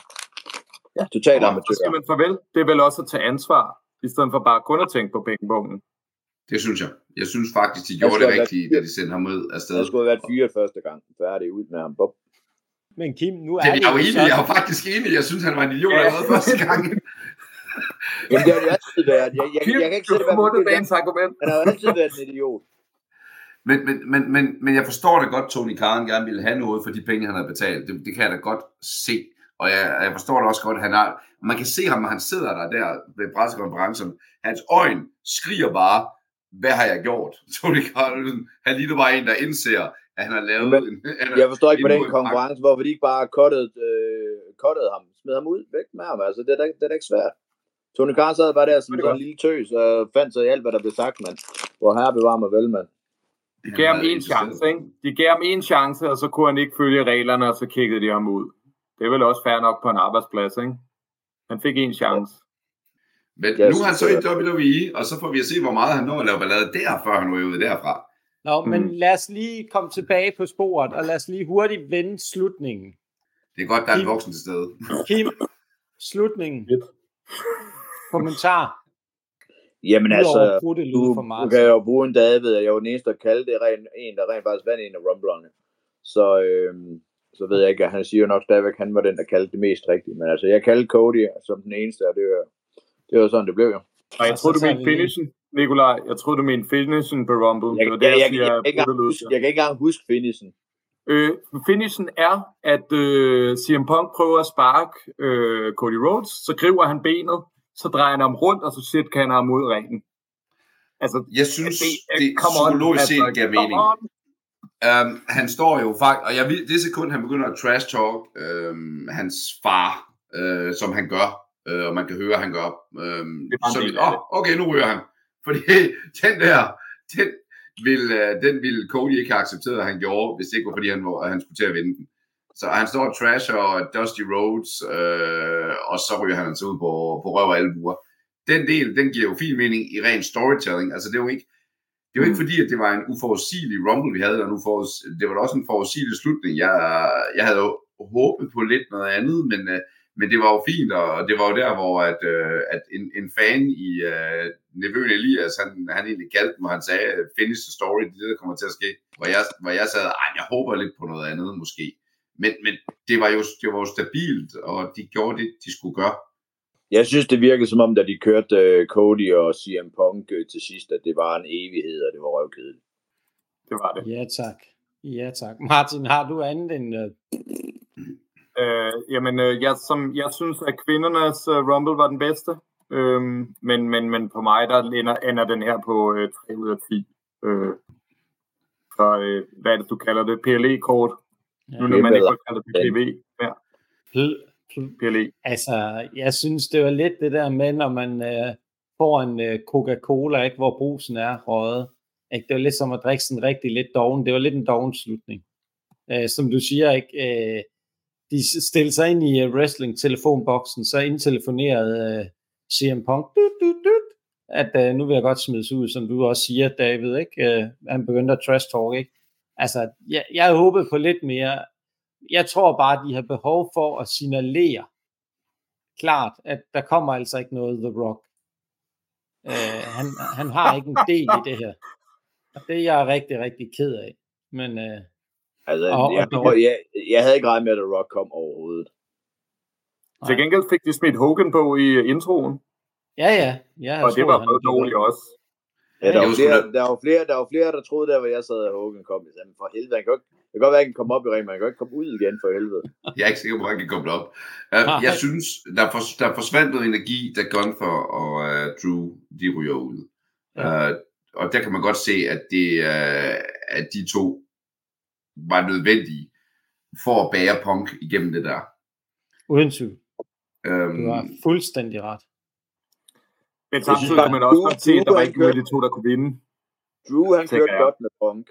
Ja, totalt amatør. Så skal man farvel. Det er vel også at tage ansvar, i stedet for bare kun at tænke på pengebungen. Det synes jeg. Jeg synes faktisk, de gjorde det rigtigt, da de sendte ham ud afsted. Det skulle have været fyret første gang. Færdig ud med ham. Bob. Men Kim, nu er det... Jeg er jo enig. Jeg er faktisk enig. Jeg synes, han var en idiot allerede ja. første gang. Jamen, det har det jo altid været. Jeg, jeg, Kim, jeg kan ikke sætte det være Han har jo altid været en idiot. Men, men, men, men, men jeg forstår det godt, Tony Khan gerne ville have noget for de penge, han har betalt. Det, det kan jeg da godt se. Og jeg, jeg forstår det også godt, at han har... Man kan se ham, når han sidder der, der ved pressekonferencen. Hans øjne skriger bare, hvad har jeg gjort? Tony Khan, han ligner bare en, der indser, at han har lavet... Men, en, en, jeg forstår ikke på den konkurrence, hvorfor de ikke bare cuttede, øh, cuttede ham, smed ham ud, væk med ham. Altså, det er da, det er da ikke svært. Tony Khan sad bare der som sådan en lille tøs og fandt sig i alt, hvad der blev sagt, mand. Hvor her bevarer mig vel, mand. De gav ham en chance, ikke? De gav ham en chance, og så kunne han ikke følge reglerne, og så kiggede de ham ud. Det er vel også fair nok på en arbejdsplads, ikke? Han fik en chance. Men nu er han så i W W E, og så får vi at se, hvor meget han når at lave ballade der, før han er ude derfra. Nå, men mm. lad os lige komme tilbage på sporet, og lad os lige hurtigt vende slutningen. Det er godt, der er en voksen til stede. Kim, slutningen. Kommentar. Jamen altså, du, du kan jo bruge en David, jeg er jo den eneste, der kaldte det ren, en, der rent faktisk vandt en af rumblerne. Så, øhm, så ved jeg ikke, han siger jo nok stadigvæk, han var den, der kaldte det mest rigtigt. Men altså, jeg kaldte Cody som den eneste, og det var, det var sådan, det blev jo. Og jeg tror du mente finishen, Nikolaj. Jeg tror du mente finishen på Rumble. Jeg, det var det, jeg, jeg, jeg, jeg, jeg, ikke huske, jeg kan ikke engang huske finishen. Øh, finishen er, at øh, C M Punk prøver at sparke øh, Cody Rhodes, så griber han benet, så drejer han ham rundt, og så shit kan han ham ud ringen. Altså, jeg synes, det, det psykologisk set giver mening. Um, han står jo faktisk, og jeg ved, det sekund, han begynder at trash talk um, hans far, uh, som han gør, uh, og man kan høre, han gør. Um, så vil, åh, oh, okay, nu ryger han. Fordi den der, den vil, uh, den vil Cody ikke have accepteret, at han gjorde, hvis det ikke var, fordi han, var, han skulle til at vinde den. Så han står og trasher Dusty Rhodes, øh, og så ryger han altså ud på, på røv og albuer. Den del, den giver jo fin mening i ren storytelling. Altså det er jo ikke, det er jo ikke fordi, at det var en uforudsigelig rumble, vi havde, eller en uforuds, det var da også en forudsigelig slutning. Jeg, jeg havde jo håbet på lidt noget andet, men, øh, men det var jo fint, og det var jo der, hvor at, øh, at en, en fan i øh, nevøen Elias, han, han egentlig kaldte mig, han sagde, finish the story, det der kommer til at ske. Hvor jeg, hvor jeg sagde, ej, jeg håber lidt på noget andet måske. Men, men det, var jo, det var jo stabilt, og de gjorde det, de skulle gøre. Jeg synes, det virkede som om, da de kørte uh, Cody og C M Punk uh, til sidst, at det var en evighed, og det var røvkedeligt. Det var det. Ja, tak. Ja, tak. Martin, har du andet end... Uh... Øh, jamen, øh, jeg, som, jeg synes, at kvindernes uh, Rumble var den bedste. Øhm, men, men, men på mig, der ender, ender den her på uh, tre ud af ti. Øh, så, øh, hvad er det, du kalder det? P L E-kort. Ja. Nu når man ikke kalder det P V. Ja. P L E. Altså, jeg synes, det var lidt det der med, når man øh, får en øh, Coca-Cola, ikke, hvor brusen er røget. Ikke? Det var lidt som at drikke sådan rigtig lidt doven. Det var lidt en doven slutning. Øh, som du siger, ikke, øh, de stillede sig ind i uh, wrestling-telefonboksen, så indtelefonerede uh, C M Punk, dut, dut, dut, at uh, nu vil jeg godt smides ud, som du også siger, David, ikke? Uh, han begyndte at trash talk, ikke? Altså, jeg, jeg håbede på lidt mere. Jeg tror bare, at de har behov for at signalere klart, at der kommer altså ikke noget The Rock. Uh, han, han har ikke en del i det her. Og det er jeg rigtig, rigtig ked af. Men... Uh, Altså, og, jeg, og jeg, jeg havde ikke regnet med, at The Rock kom overhovedet. Til gengæld fik de smidt Hogan på i introen. Ja, ja. Jeg og det var noget dårligt også. Ja, der, var flere, der, var flere, der var flere, der troede, der hvor jeg sad, at Hogan kom. Men for helvede, han kan ikke, det kan godt være, at han kan komme op i ringen, men han kan ikke komme ud igen for helvede. Jeg er ikke sikker på, at han kan komme op. Uh, jeg synes, der, for, der forsvandt noget energi, da Gunther og uh, Drew, de ryger ud. Ja. Uh, og der kan man godt se, at, det, uh, at de to var nødvendige for at bære Punk igennem det der. Uden tvivl. Øhm, du har fuldstændig ret. Men samtidig kunne man også godt se, at der var ikke nogen af de to, der kunne vinde. Drew, han kørte godt med Punk.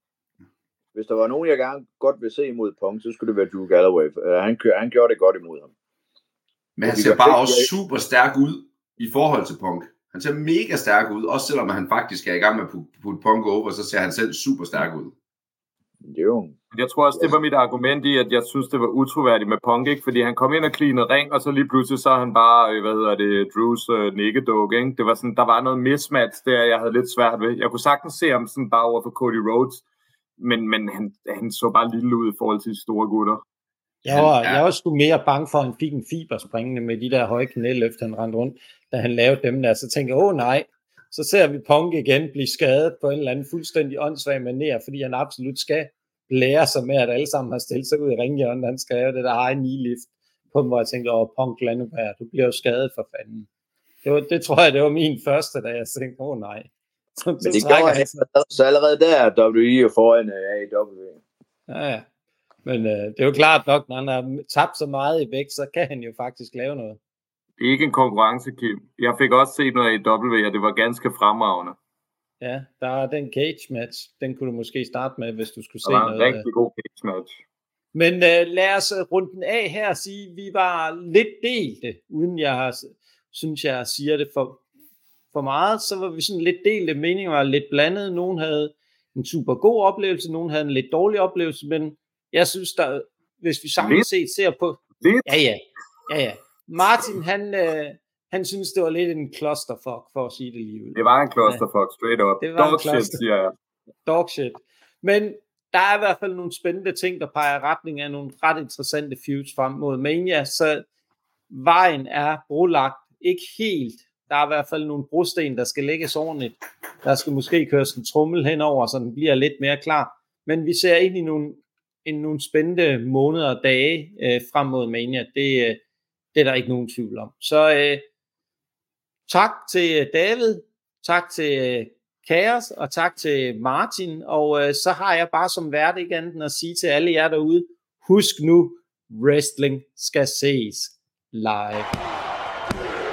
Hvis der var nogen, jeg gerne godt vil se imod Punk, så skulle det være Drew Galloway. Han, kør, han gjorde det godt imod ham. Men han ser bare også super stærk ud i forhold til Punk. Han ser mega stærk ud, også selvom han faktisk er i gang med at putte Punk over, så ser han selv super stærk ud. Jo. Jeg tror også, det var mit argument i, at jeg synes, det var utroværdigt med Punk, ikke? Fordi han kom ind og cleanede ring, og så lige pludselig så er han bare, hvad hedder det, Drews uh, nikkeduk, ikke? Det var sådan, der var noget mismatch der, jeg havde lidt svært ved. Jeg kunne sagtens se ham sådan bare over for Cody Rhodes, men, men han, han så bare lille ud i forhold til de store gutter. Jeg var, jeg var sgu mere bange for, at han fik en fiberspringende med de der høje knæløft, han rendte rundt, da han lavede dem der. Så tænkte jeg, åh nej, så ser vi Punk igen blive skadet på en eller anden fuldstændig åndssvag manér, fordi han absolut skal lære sig med, at alle sammen har stillet sig ud i ringhjørnet, han skal have det der high knee lift på dem, hvor jeg tænkte, åh, Punk, lad nu være, du bliver jo skadet for fanden. Det, var, det tror jeg, det var min første, da jeg tænkte, åh nej. Så, Men det gjorde han, så allerede der er W E foran A E W. Ja, ja. Men øh, det er jo klart nok, når han har tabt så meget i vægt, så kan han jo faktisk lave noget. Det er ikke en konkurrence, Kim. Jeg fik også set noget af A E W, og det var ganske fremragende. Ja, der er den cage match. Den kunne du måske starte med, hvis du skulle se noget. noget. Det var en rigtig god cage match. Men øh, lad os runde den af her og sige, at vi var lidt delte, uden jeg har, synes jeg siger det for, for meget, så var vi sådan lidt delte. Meningen var lidt blandet. Nogen havde en super god oplevelse, nogen havde en lidt dårlig oplevelse, men jeg synes, der, hvis vi samlet set ser på... Lidt? Ja, ja. ja, ja. Martin, han... Øh, Han synes, det var lidt en clusterfuck, for at sige det lige ud. Det var en clusterfuck, ja. Straight up. Dog shit, siger jeg. Dog shit. Men der er i hvert fald nogle spændende ting, der peger retning af nogle ret interessante feuds frem mod Mania, så vejen er brolagt. Ikke helt. Der er i hvert fald nogle brosten, der skal lægges ordentligt. Der skal måske køres en trummel henover, så den bliver lidt mere klar. Men vi ser ind i nogle, i nogle spændende måneder og dage øh, frem mod Mania. Det, øh, det er der ikke nogen tvivl om. Så... Øh, Tak til David, tak til Kaos, og tak til Martin, og øh, så har jeg bare som vært ikke andet end at sige til alle jer derude, husk nu, wrestling skal ses live.